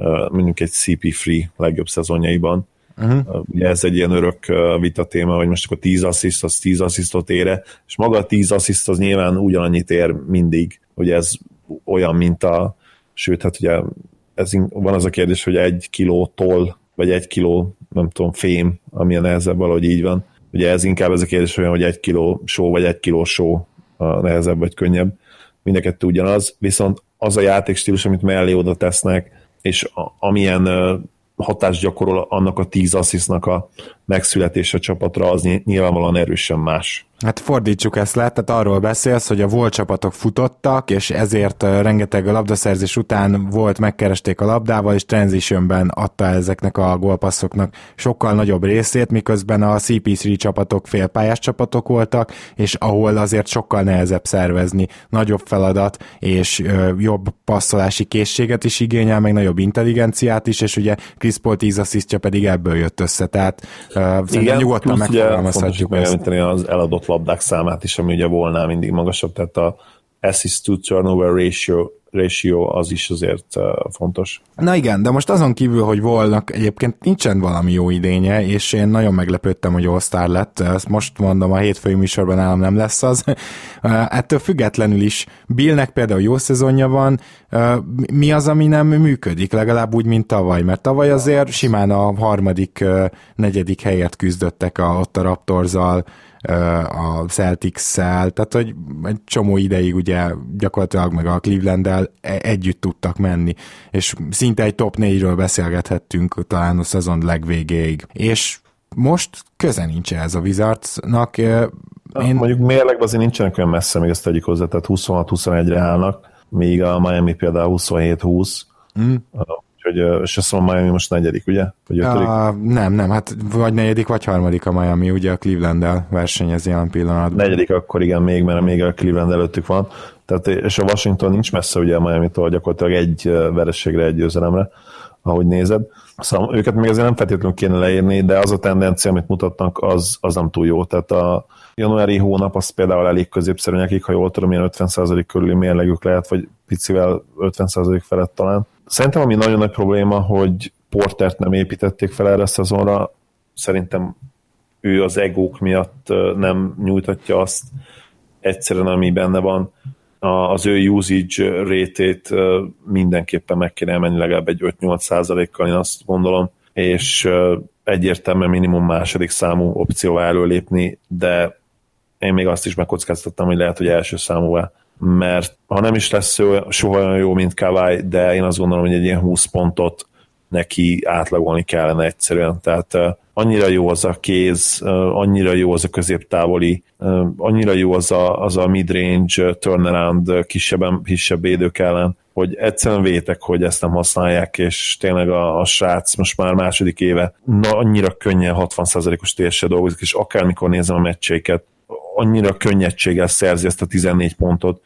CP3 legjobb szezonjaiban. Uh-huh. Ugye ez egy ilyen örök vita téma, hogy most akkor 10 assziszt, az 10 asszisztot ér, és maga a 10 assziszt az nyilván ugyanannyit ér mindig, hogy ez olyan, mint sőt, hát ugye van az a kérdés, hogy 1 kiló toll, vagy 1 kiló, nem tudom, fém, ami a nehezebb, valahogy így van. Ugye ez inkább ez a kérdés olyan, hogy 1 kiló só, vagy 1 kiló só a nehezebb, vagy könnyebb. Mind a kettő ugyanaz, viszont az a játékstílus, amit mellé oda tesznek, és amilyen hatást gyakorol annak a 10 asszisztnak a megszületése a csapatra, az nyilvánvalóan erősen más. Hát fordítsuk ezt le, tehát arról beszélsz, hogy a volt csapatok futottak, és ezért rengeteg a labdaszerzés után volt, megkeresték a labdával, és transitionben adta ezeknek a gólpasszoknak sokkal nagyobb részét, miközben a CP3 csapatok félpályás csapatok voltak, és ahol azért sokkal nehezebb szervezni, nagyobb feladat, és jobb passzolási készséget is igényel, meg nagyobb intelligenciát is, és ugye Chris Paul 10 asszisztja pedig ebből jött össze, tehát igen, nyugodtan megfogalmazhatjuk ezt. Az eladott labdák számát is, ami ugye volna mindig magasabb, tehát a assist to turnover ratio az is azért fontos. Na igen, de most azon kívül, hogy Wallnak egyébként nincsen valami jó idénye, és én nagyon meglepődtem, hogy All-Star lett. Ezt most mondom, a hétfői műsorban nálam nem lesz az. Ettől függetlenül is Billnek például jó szezonja van. Mi az, ami nem működik? Legalább úgy, mint tavaly, mert tavaly azért simán a harmadik, negyedik helyet küzdöttek ott a Raptorzzal, a Celtics-szel, tehát hogy egy csomó ideig ugye gyakorlatilag meg a Cleveland-del együtt tudtak menni, és szinte egy top 4-ről beszélgethettünk talán a szezon legvégéig. És most köze nincs ez a Wizardsnak. Mondjuk mérlegben azért nincsenek olyan messze, még ezt tegyük hozzá, tehát 26-21-re állnak, míg a Miami például 27-20, és azt mondom, Miami most negyedik, ugye? Vagy nem, hát vagy negyedik, vagy harmadik a Miami, ugye a Cleveland-del versenyez jelen pillanatban. Negyedik akkor igen, mert még a Cleveland előttük van, tehát, és a Washington nincs messze ugye a Miami-tól, gyakorlatilag egy vereségre, egy győzelemre, ahogy nézed. Szóval őket még azért nem feltétlenül kéne leírni, de az a tendencia, amit mutatnak, az nem túl jó. Tehát a januári hónap az például elég középszerű nekik, ha jól tudom, ilyen 50% körüli mérlegük lehet, vagy picivel 50% felett talán. Szerintem ami nagyon nagy probléma, hogy Portert nem építették fel erre a szezonra, szerintem ő az egók miatt nem nyújtatja azt egyszerűen, ami benne van. Az ő usage rate-ét mindenképpen meg kéne emelni legalább egy 5-8%-kal, én azt gondolom, és egyértelműen minimum második számú opcióvá előlépni, de én még azt is megkockáztattam, hogy lehet, hogy első számúvá, mert ha nem is lesz soha olyan jó, mint Kawhi, de én azt gondolom, hogy egy ilyen 20 pontot neki átlagolni kellene egyszerűen, tehát annyira jó az a kéz, annyira jó az a középtávoli, annyira jó az a midrange turnaround kisebb védők ellen, hogy egyszerűen vétek, hogy ezt nem használják, és tényleg a srác most már második éve annyira könnyen 60%-os TS-sel dolgozik, és akármikor nézem a meccseiket, annyira könnyedséggel szerzi ezt a 14 pontot,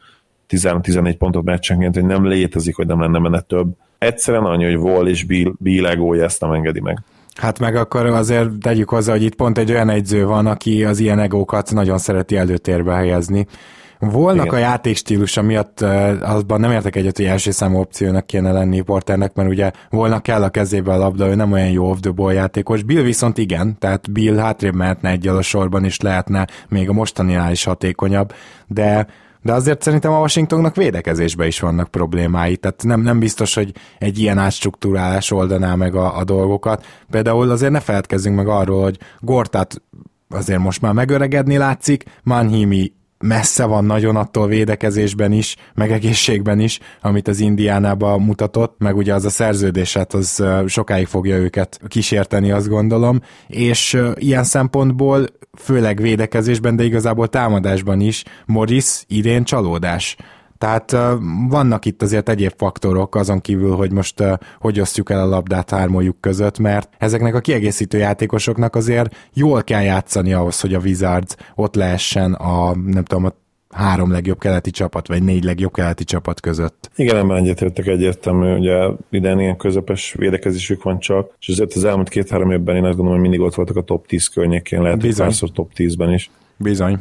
14 pontot meccsenként, hogy nem létezik, hogy nem lenne benne több. Egyszerűen annyi, hogy Wall és Bill egója ezt nem engedi meg. Hát meg akkor azért tegyük hozzá, hogy itt pont egy olyan egyző van, aki az ilyen egókat nagyon szereti előtérbe helyezni. Volnak a játékstílusa miatt azban nem értek egyet, hogy első számú opciónak kéne lenni Porternek, mert ugye volna kell a kezébe a labda, ő nem olyan jó off the ball játékos. Bill viszont igen, tehát Bill hátrébb mehetne egyel a sorban, és lehetne még a mostaninál is hatékonyabb, de azért szerintem a Washingtonnak védekezésben is vannak problémái, tehát nem biztos, hogy egy ilyen átstruktúrálás oldaná meg a dolgokat. Például azért ne feledkezzünk meg arról, hogy Gortat azért most már megöregedni látszik, Manhimi messze van nagyon attól védekezésben is, meg egészségben is, amit az Indiánában mutatott, meg ugye az a szerződés, hát az sokáig fogja őket kísérteni, azt gondolom, és ilyen szempontból főleg védekezésben, de igazából támadásban is Morris idén csalódás. Tehát vannak itt azért egyéb faktorok, azon kívül, hogy most hogy osztjuk el a labdát hármójuk között, mert ezeknek a kiegészítő játékosoknak azért jól kell játszani ahhoz, hogy a Wizards ott lehessen a, nem tudom, a 3 legjobb keleti csapat, vagy 4 legjobb keleti csapat között. Igen, ebben egyetértek egyértelmű, ugye idén ilyen közepes védekezésük van csak, és azért az elmúlt 2-3 évben én azt gondolom, hogy mindig ott voltak a top 10 környékén, lehet, hogy párszor top 10-ben is. Bizony.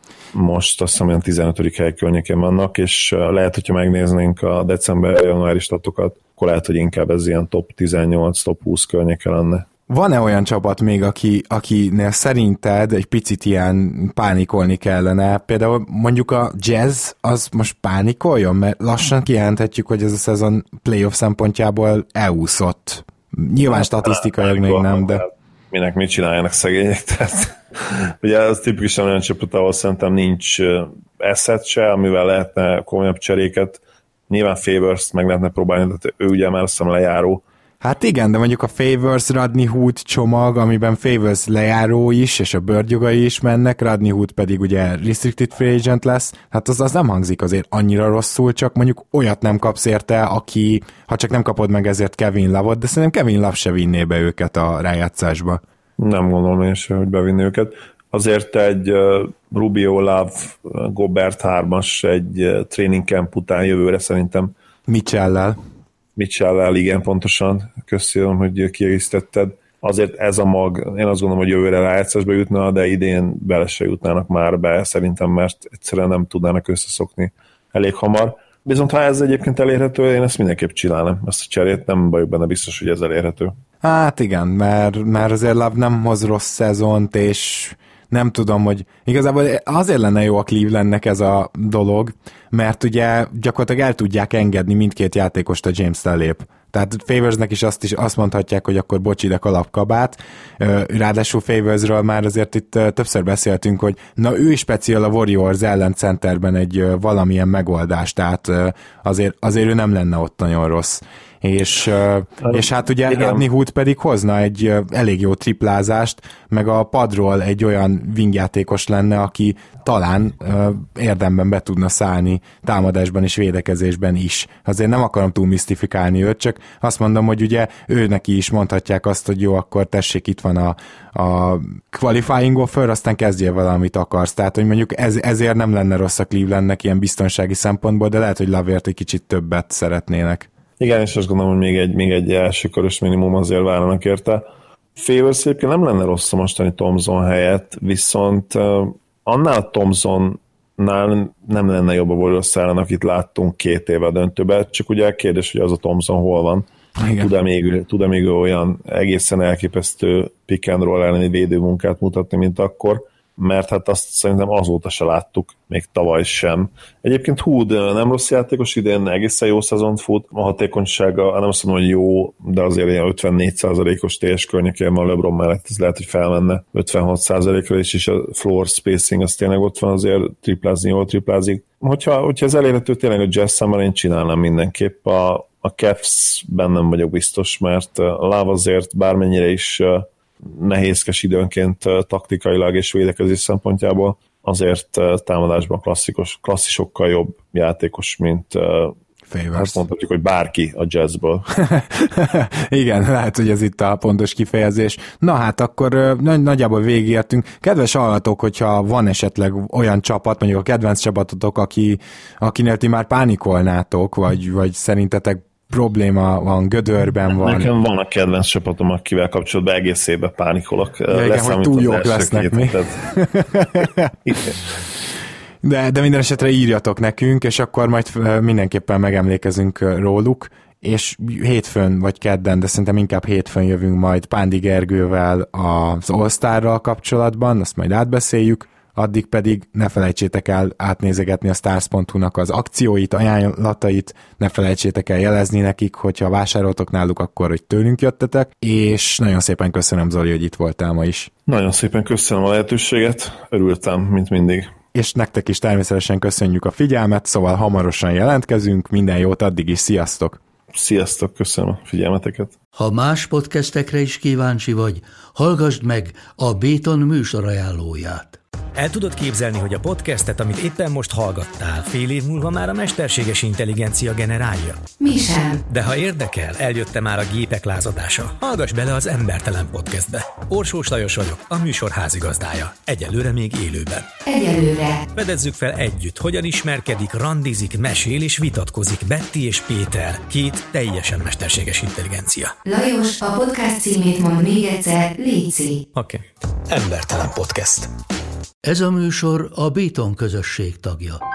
Most azt hiszem, olyan 15. hely környékén vannak, és lehet, hogyha megnéznénk a december-januári statokat, akkor lehet, hogy inkább ez ilyen top 18, top 20 környéke lenne. Van-e olyan csapat még, akinél szerinted egy picit ilyen pánikolni kellene? Például mondjuk a Jazz, az most pánikoljon? Mert lassan kijelenthetjük, hogy ez a szezon playoff szempontjából elúszott. Nyilván statisztikailag még nem, de... Minek mit csináljanak szegények, tehát ugye ez tipikusan olyan csapat, ahol szerintem nincs asset se, amivel lehetne komolyabb cseréket. Nyilván Favors meg lehetne próbálni, tehát ő ugye már azt hiszem lejáró. Hát igen, de mondjuk a Favors Rodney Hood csomag, amiben Favors lejáró is, és a bőrjogai is mennek, Rodney Hood pedig ugye restricted free agent lesz, hát az nem hangzik azért annyira rosszul, csak mondjuk olyat nem kapsz érte, aki, ha csak nem kapod meg ezért Kevin Love-ot, de szerintem Kevin Love se vinné be őket a rájátszásba. Nem gondolom én sem, hogy bevinni őket. Azért egy Rubio Love Gobert 3-as egy training camp után jövőre szerintem. Mitchell-lel, igen, pontosan. Köszönöm, hogy kiegészítetted. Azért ez a mag, én azt gondolom, hogy jövőre rájátszásba jutna, de idén bele se jutnának már be, szerintem, mert egyszerűen nem tudnának összeszokni elég hamar. Viszont ha ez egyébként elérhető, én ezt mindenképp csinálnám. Ezt a cserét nem vagyok benne biztos, hogy ez elérhető. Hát igen, mert azért Love nem hoz rossz szezont, és nem tudom, hogy igazából azért lenne jó a Clevelandnek ez a dolog, mert ugye gyakorlatilag el tudják engedni mindkét játékost, a James lelép. Tehát Favorsnek is azt mondhatják, hogy akkor bocs, ide kalapkabát. Ráadásul Favorsről már azért itt többször beszéltünk, hogy na ő is speciál a Warriors ellen centerben egy valamilyen megoldás, tehát azért ő nem lenne ott nagyon rossz. És hát ugye Rodney Hood pedig hozna egy elég jó triplázást, meg a padról egy olyan wingjátékos lenne, aki talán érdemben be tudna szállni támadásban és védekezésben is. Azért nem akarom túl misztifikálni őt, csak azt mondom, hogy ugye ő neki is mondhatják azt, hogy jó, akkor tessék, itt van a qualifying offer, aztán kezdjél valamit akarsz. Tehát, hogy mondjuk ezért nem lenne rossz a Clevelandnek ilyen biztonsági szempontból, de lehet, hogy Lavert egy kicsit többet szeretnének. Igen, és azt gondolom, hogy még egy első körös minimum azért várnak érte. Favors egyébként nem lenne rossz a mostani Thompson helyett, viszont annál a Thompsonnál nem lenne jobb a Warriors ellen, akit láttunk 2 éve a döntőben, csak ugye a kérdés, hogy az a Thompson hol van. Tud-e még olyan egészen elképesztő pick and roll elleni védőmunkát mutatni, mint akkor, mert hát azt szerintem azóta se láttuk, még tavaly sem. Egyébként Hood nem rossz játékos, idén egészen jó szezont fut, a hatékonysága, nem azt mondom, hogy jó, de azért ilyen 54%-os TS környékén van LeBron mellett, ez lehet, hogy felmenne 56%-ra is, és a floor spacing az tényleg ott van, azért triplázni jól triplázik. Hogyha ez elérhető tényleg a Jazz számára, én csinálnám mindenképp. A Cavs-ben nem vagyok biztos, mert a Love azért bármennyire is nehézkes időnként taktikailag és védekezés szempontjából, azért támadásban klasszisokkal jobb játékos, mint azt mondhatjuk, hogy bárki a Jazzből. Igen, lehet, hogy ez itt a pontos kifejezés. Na hát akkor nagyjából végigértünk. Kedves hallgatók, hogyha van esetleg olyan csapat, mondjuk a kedvenc csapatotok, akinél ti már pánikolnátok, vagy szerintetek probléma van, gödörben van. Nekem van a kedvenc csapatom, akivel kapcsolatban egész évben pánikolok. Igen, hogy túl jók lesznek mi. De minden esetre írjatok nekünk, és akkor majd mindenképpen megemlékezünk róluk, és hétfőn vagy kedden, de szerintem inkább hétfőn jövünk majd Pándi Gergővel az All-Starral kapcsolatban, azt majd átbeszéljük, addig pedig ne felejtsétek el átnézegetni a Stars.hu-nak az akcióit, ajánlatait, ne felejtsétek el jelezni nekik, hogyha vásároltok náluk, akkor, hogy tőlünk jöttetek, és nagyon szépen köszönöm, Zoli, hogy itt voltál ma is. Nagyon szépen köszönöm a lehetőséget, örültem, mint mindig. És nektek is természetesen köszönjük a figyelmet, szóval hamarosan jelentkezünk, minden jót addig is, sziasztok! Sziasztok, köszönöm a figyelmeteket! Ha más podcastekre is kíváncsi vagy, hallgassd meg a Béton műsor ajánlóját. El tudod képzelni, hogy a podcastet, amit éppen most hallgattál, fél év múlva már a mesterséges intelligencia generálja? Mi sem. De ha érdekel, eljött már a gépek lázadása. Hallgass bele az Embertelen Podcastbe. Orsós Lajos vagyok, a műsor házigazdája. Egyelőre még élőben. Egyelőre. Fedezzük fel együtt, hogyan ismerkedik, randizik, mesél és vitatkozik Betty és Péter, 2 teljesen mesterséges intelligencia. Lajos, a podcast címét mond még egyszer, léci. Oké. Embertelen Podcast. Ez a műsor a Béton közösség tagja.